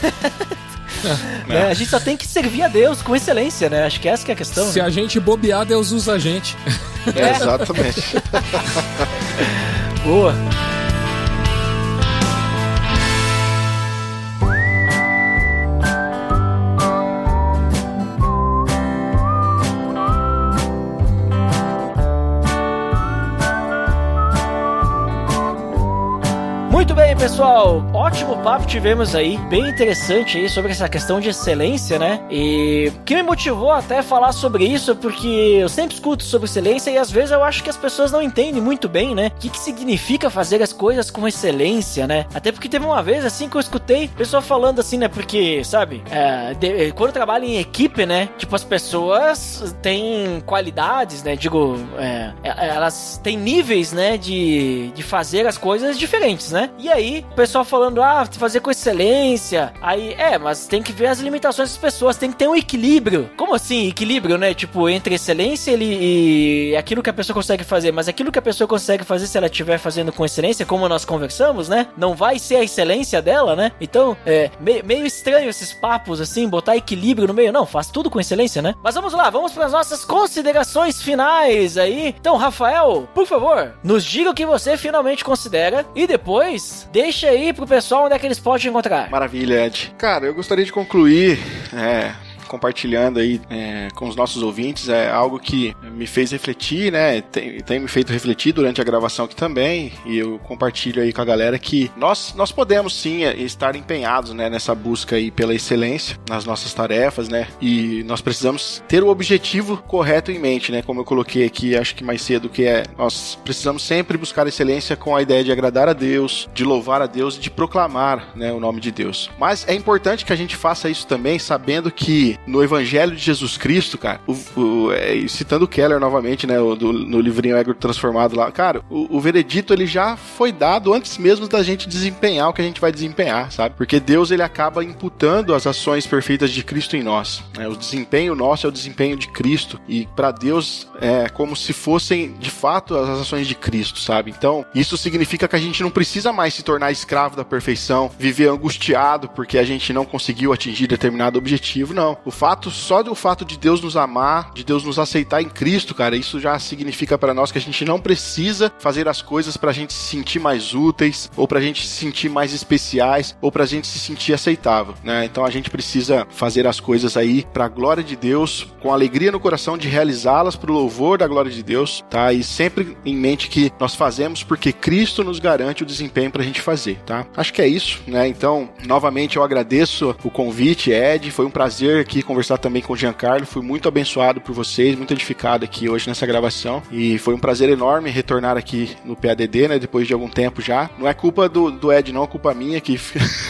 É, a gente só tem que servir a Deus com excelência, né? Acho que essa que é a questão. Se né? a gente bobear, Deus usa a gente. É. Exatamente. Boa. Muito bem, pessoal, ótimo papo tivemos aí, bem interessante aí sobre essa questão de excelência, né? E o que me motivou até a falar sobre isso é porque eu sempre escuto sobre excelência e às vezes eu acho que as pessoas não entendem muito bem, né? O que, que significa fazer as coisas com excelência, né? Até porque teve uma vez assim que eu escutei pessoa falando assim, né? Porque, sabe, é, de, quando trabalha em equipe, né? Tipo, as pessoas têm qualidades, né? Digo, é, elas têm níveis, né? De, de fazer as coisas diferentes, né? E aí, o pessoal falando, ah, fazer com excelência. Aí, é, mas tem que ver as limitações das pessoas, tem que ter um equilíbrio. Como assim, equilíbrio, né? Tipo, entre excelência e aquilo que a pessoa consegue fazer. Mas aquilo que a pessoa consegue fazer, se ela estiver fazendo com excelência, como nós conversamos, né? Não vai ser a excelência dela, né? Então, é meio, meio estranho esses papos, assim, botar equilíbrio no meio. Não, faz tudo com excelência, né? Mas vamos lá, vamos para as nossas considerações finais aí. Então, Rafael, por favor, nos diga o que você finalmente considera e depois deixa aí pro pessoal onde é que eles podem te encontrar. Maravilha, Ed. Cara, eu gostaria de concluir, é... compartilhando aí é, com os nossos ouvintes, é algo que me fez refletir, né, tem, tem me feito refletir durante a gravação aqui também, e eu compartilho aí com a galera que nós, nós podemos sim estar empenhados, né, nessa busca aí pela excelência nas nossas tarefas, né, e nós precisamos ter o objetivo correto em mente, né, como eu coloquei aqui, acho que mais cedo, que é, nós precisamos sempre buscar excelência com a ideia de agradar a Deus, de louvar a Deus e de proclamar, né, o nome de Deus. Mas é importante que a gente faça isso também, sabendo que no Evangelho de Jesus Cristo, cara, o, o, é, citando o Keller novamente, né, o, do, no livrinho Ego Transformado lá, cara, o, o veredito ele já foi dado antes mesmo da gente desempenhar o que a gente vai desempenhar, sabe? Porque Deus ele acaba imputando as ações perfeitas de Cristo em nós, né? O desempenho nosso é o desempenho de Cristo e para Deus é como se fossem de fato as ações de Cristo, sabe? Então, isso significa que a gente não precisa mais se tornar escravo da perfeição, viver angustiado porque a gente não conseguiu atingir determinado objetivo, não. O fato, só do fato de Deus nos amar, de Deus nos aceitar em Cristo, cara, isso já significa para nós que a gente não precisa fazer as coisas pra gente se sentir mais úteis, ou pra gente se sentir mais especiais, ou pra gente se sentir aceitável, né? Então a gente precisa fazer as coisas aí pra glória de Deus, com alegria no coração de realizá-las pro louvor da glória de Deus, tá? E sempre em mente que nós fazemos porque Cristo nos garante o desempenho pra gente fazer, tá? Acho que é isso, né? Então, novamente eu agradeço o convite, Ed, foi um prazer aqui conversar também com o Giancarlo, fui muito abençoado por vocês, muito edificado aqui hoje nessa gravação, e foi um prazer enorme retornar aqui no P A D D, né, depois de algum tempo já. Não é culpa do, do Ed não, é culpa minha, que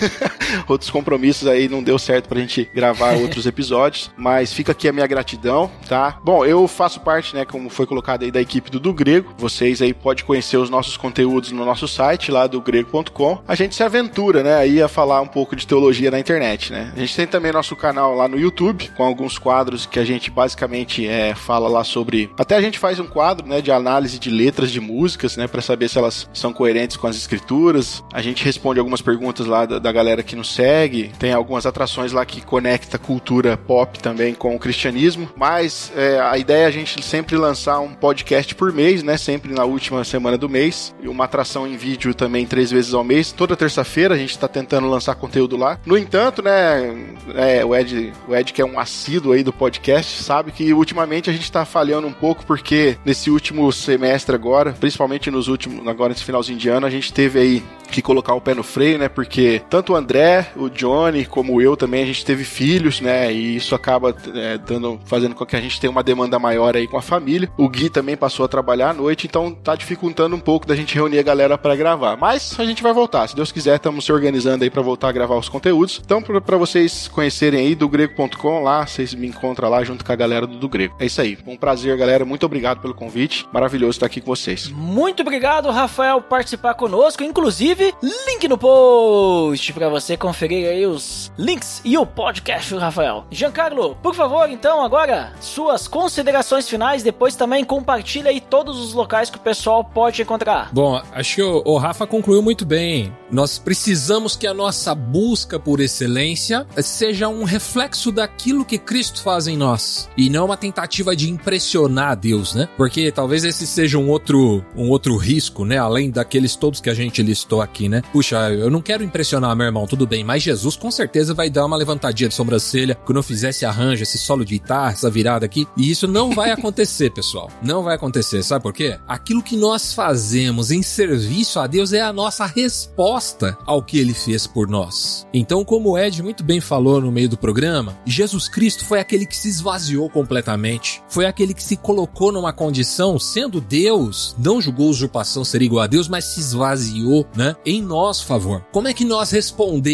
outros compromissos aí não deu certo pra gente gravar outros episódios, mas fica aqui a minha gratidão, tá? Bom, eu faço parte, né, como foi colocado aí, da equipe do Do Grego, vocês aí podem conhecer os nossos conteúdos no nosso site, lá do grego ponto com. A gente se aventura, né, aí a falar um pouco de teologia na internet, né? A gente tem também nosso canal lá no YouTube, com alguns quadros que a gente basicamente é, fala lá sobre... Até a gente faz um quadro, né, de análise de letras de músicas, né, para saber se elas são coerentes com as escrituras. A gente responde algumas perguntas lá da, da galera que nos segue. Tem algumas atrações lá que conecta cultura pop também com o cristianismo. Mas é, a ideia é a gente sempre lançar um podcast por mês, né, sempre na última semana do mês. E uma atração em vídeo também três vezes ao mês. Toda terça-feira a gente está tentando lançar conteúdo lá. No entanto, né, é, o Ed... O Ed que é um assíduo aí do podcast, sabe que ultimamente a gente tá falhando um pouco porque nesse último semestre agora, principalmente nos últimos, agora nesse finalzinho de ano, a gente teve aí que colocar o pé no freio, né, porque tanto o André, o Johnny, como eu também, a gente teve filhos, né, e isso acaba é, dando, fazendo com que a gente tenha uma demanda maior aí com a família. O Gui também passou a trabalhar à noite, então tá dificultando um pouco da gente reunir a galera pra gravar, mas a gente vai voltar, se Deus quiser, estamos se organizando aí pra voltar a gravar os conteúdos. Então, pra, pra vocês conhecerem aí, do grego ponto com, lá, vocês me encontram lá junto com a galera do Do Grego. É isso aí, um prazer, galera, muito obrigado pelo convite, maravilhoso estar aqui com vocês. Muito obrigado, Rafael, por participar conosco, inclusive link no post pra você conferir aí os links e o podcast do Rafael. Giancarlo, por favor, então, agora, suas considerações finais, depois também compartilha aí todos os locais que o pessoal pode encontrar. Bom, acho que o, o Rafa concluiu muito bem. Nós precisamos que a nossa busca por excelência seja um reflexo daquilo que Cristo faz em nós, e não uma tentativa de impressionar a Deus, né? Porque talvez esse seja um outro, um outro risco, né? Além daqueles todos que a gente listou aqui, né? Puxa, eu não quero impressionar meu irmão, tudo bem, mas Jesus com certeza vai dar uma levantadinha de sobrancelha quando eu fizer esse arranjo, esse solo de guitarra, essa virada aqui, e isso não vai acontecer, pessoal. Não vai acontecer, sabe por quê? Aquilo que nós fazemos em serviço a Deus é a nossa resposta ao que Ele fez por nós. Então, como o Ed muito bem falou no meio do programa, Jesus Cristo foi aquele que se esvaziou completamente, foi aquele que se colocou numa condição, sendo Deus, não julgou usurpação ser igual a Deus, mas se esvaziou, né, em nosso favor. Como é que nós respondemos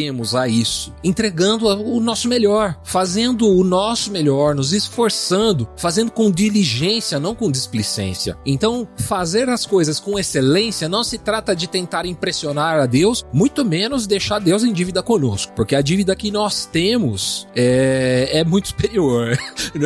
tendemos a isso? Entregando o nosso melhor, fazendo o nosso melhor, nos esforçando, fazendo com diligência, não com displicência. Então, fazer as coisas com excelência não se trata de tentar impressionar a Deus, muito menos deixar Deus em dívida conosco, porque a dívida que nós temos é, é muito superior.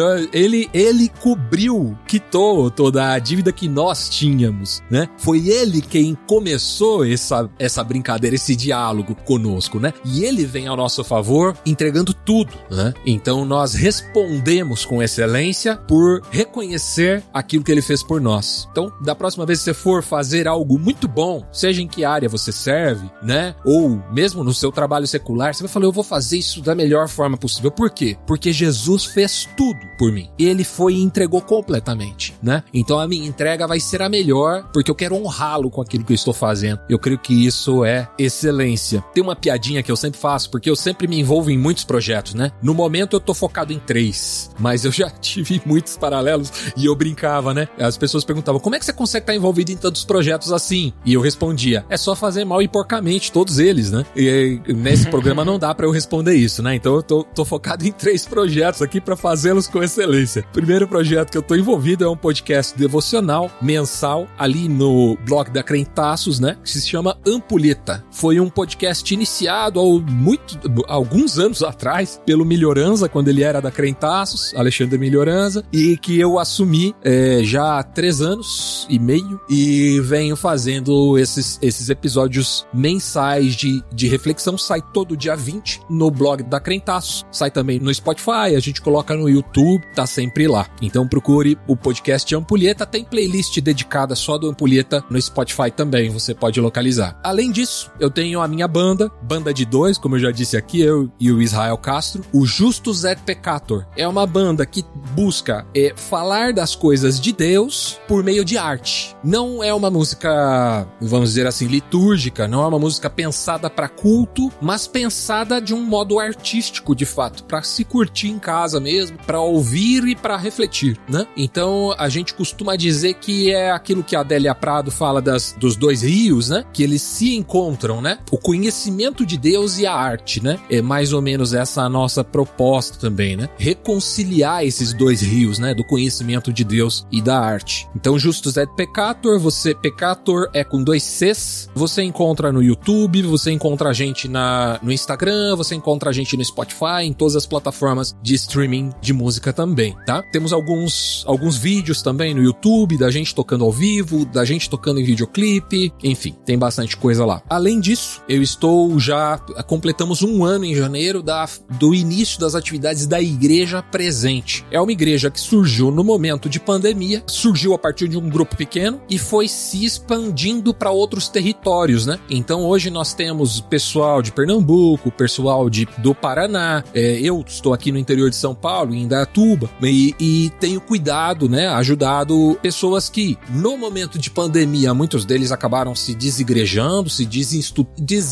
Ele, ele cobriu, quitou toda a dívida que nós tínhamos, né? Foi ele quem começou essa, essa brincadeira, esse diálogo conosco, né? E ele vem ao nosso favor entregando tudo, né? Então nós respondemos com excelência por reconhecer aquilo que ele fez por nós. Então, da próxima vez que você for fazer algo muito bom, seja em que área você serve, né? Ou mesmo no seu trabalho secular, você vai falar, eu vou fazer isso da melhor forma possível. Por quê? Porque Jesus fez tudo por mim. Ele foi e entregou completamente, né? Então a minha entrega vai ser a melhor, porque eu quero honrá-lo com aquilo que eu estou fazendo. Eu creio que isso é excelência. Tem uma piadinha que eu sempre faço, porque eu sempre me envolvo em muitos projetos, né? No momento eu tô focado em três, mas eu já tive muitos paralelos e eu brincava, né? As pessoas perguntavam, como é que você consegue estar envolvido em tantos projetos assim? E eu respondia, é só fazer mal e porcamente todos eles, né? E nesse programa não dá pra eu responder isso, né? Então eu tô, tô focado em três projetos aqui pra fazê-los com excelência. O primeiro projeto que eu tô envolvido é um podcast devocional mensal ali no blog da Crentaços, né? Que se chama Ampulheta. Foi um podcast iniciado há muito, alguns anos atrás pelo Melhoranza, quando ele era da Crentaços, Alexandre Melhoranza, e que eu assumi é, já há três anos e meio e venho fazendo esses, esses episódios mensais de, de reflexão. Sai todo dia vinte no blog da Crentaços, sai também no Spotify, a gente coloca no YouTube, tá sempre lá. Então procure o podcast Ampulheta, tem playlist dedicada só do Ampulheta no Spotify também, você pode localizar. Além disso, eu tenho a minha banda, banda de dois, como eu já disse aqui, eu e o Israel Castro, o Justus et Peccator. É uma banda que busca é, falar das coisas de Deus por meio de arte. Não é uma música, vamos dizer assim, litúrgica, não é uma música pensada para culto, mas pensada de um modo artístico, de fato, para se curtir em casa mesmo, para ouvir e para refletir, né? Então, a gente costuma dizer que é aquilo que a Adélia Prado fala das, dos dois rios, né? Que eles se encontram, né? O conhecimento de Deus e a arte, né? É mais ou menos essa a nossa proposta também, né? Reconciliar esses dois rios, né? Do conhecimento de Deus e da arte. Então, Justus et Peccator, você, Peccator é com dois Cs, você encontra no YouTube, você encontra a gente na, no Instagram, você encontra a gente no Spotify, em todas as plataformas de streaming de música também, tá? Temos alguns, alguns vídeos também no YouTube da gente tocando ao vivo, da gente tocando em videoclipe, enfim, tem bastante coisa lá. Além disso, eu estou já, completamos um ano em janeiro da, do início das atividades da Igreja Presente. É uma igreja que surgiu no momento de pandemia, surgiu a partir de um grupo pequeno e foi se expandindo para outros territórios, né? Então hoje nós temos pessoal de Pernambuco, pessoal de, do Paraná, é, eu estou aqui no interior de São Paulo, em Indaiatuba, e, e tenho cuidado, né? Ajudado pessoas que no momento de pandemia, muitos deles acabaram se desigrejando, se desinstu,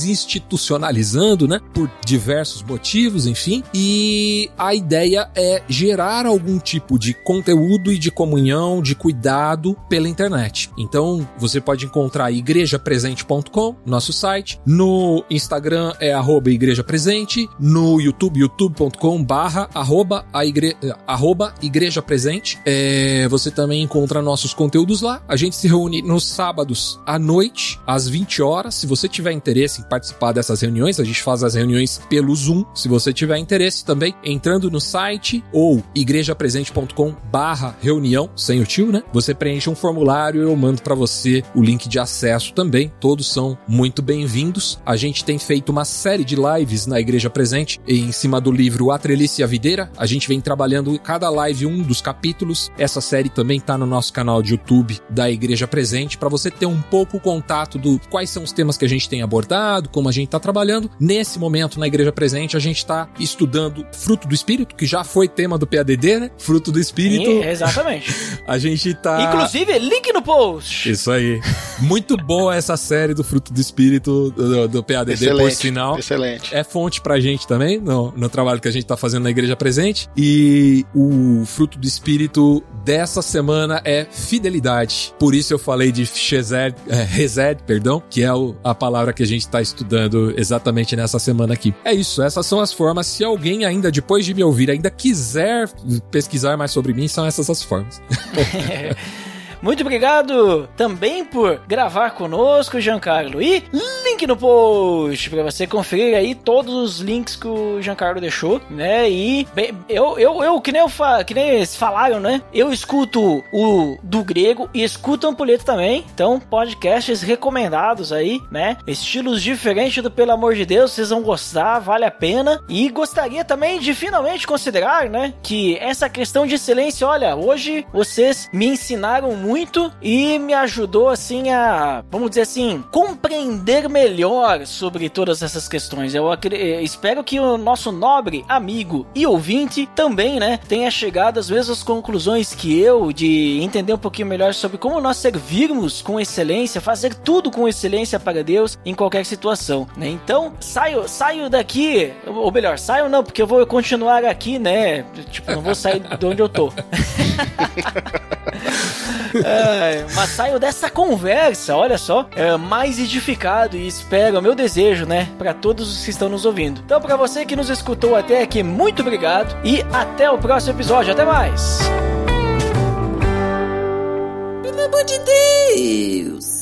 desinstitucionalizando, né? Por diversos motivos, enfim, e a ideia é gerar algum tipo de conteúdo e de comunhão, de cuidado pela internet. Então, você pode encontrar igreja presente ponto com, nosso site, no Instagram é arroba igreja presente, no YouTube, youtube ponto com barra arroba a igre, arroba igreja presente. É, você também encontra nossos conteúdos lá. A gente se reúne nos sábados à noite, às vinte horas. Se você tiver interesse em participar dessas reuniões, a gente faz as reuniões pelo Zoom. Se você tiver interesse também, entrando no site ou igreja presente ponto com barra reunião, sem o tio, né? Você preenche um formulário e eu mando para você o link de acesso também. Todos são muito bem-vindos. A gente tem feito uma série de lives na Igreja Presente em cima do livro A Trelice e a Videira. A gente vem trabalhando cada live um dos capítulos. Essa série também tá no nosso canal de YouTube da Igreja Presente, para você ter um pouco contato do quais são os temas que a gente tem abordado, como a gente tá trabalhando. Nesse momento, na Igreja Presente, a gente tá estudando Fruto do Espírito, que já foi tema do P A D D, né? Fruto do Espírito. Sim, exatamente. A gente tá... Inclusive, link no post. Isso aí. Muito boa essa série do Fruto do Espírito do, do P A D D, excelente, por sinal. Excelente. É fonte pra gente também, no, no trabalho que a gente tá fazendo na Igreja Presente. E o Fruto do Espírito dessa semana é fidelidade. Por isso eu falei de Chesed, é, Resed, perdão, que é o, a palavra que a gente tá estudando exatamente exatamente nessa semana aqui. É isso, essas são as formas. Se alguém ainda, depois de me ouvir, ainda quiser pesquisar mais sobre mim, são essas as formas. Muito obrigado também por gravar conosco, Giancarlo. E link no post para você conferir aí todos os links que o Giancarlo deixou, né? E bem, eu, eu, eu que nem eu fa- que nem eles falaram, né? Eu escuto o do grego e escuto o Ampulheta também. Então, podcasts recomendados aí, né? Estilos diferentes do Pelo Amor de Deus, vocês vão gostar, vale a pena. E gostaria também de finalmente considerar, né? Que essa questão de excelência, olha, hoje vocês me ensinaram muito muito e me ajudou assim a, vamos dizer assim, compreender melhor sobre todas essas questões. Eu acre- espero que o nosso nobre amigo e ouvinte também, né, tenha chegado às mesmas conclusões que eu, de entender um pouquinho melhor sobre como nós servirmos com excelência, fazer tudo com excelência para Deus em qualquer situação, né? Então, saio, saio daqui, ou melhor, saio não, porque eu vou continuar aqui, né? Tipo, não vou sair de onde eu tô. É, mas saio dessa conversa, olha só, é, mais edificado e espero, é o meu desejo, né, para todos os que estão nos ouvindo. Então, para você que nos escutou até aqui, muito obrigado e até o próximo episódio. Até mais! Pelo amor de Deus!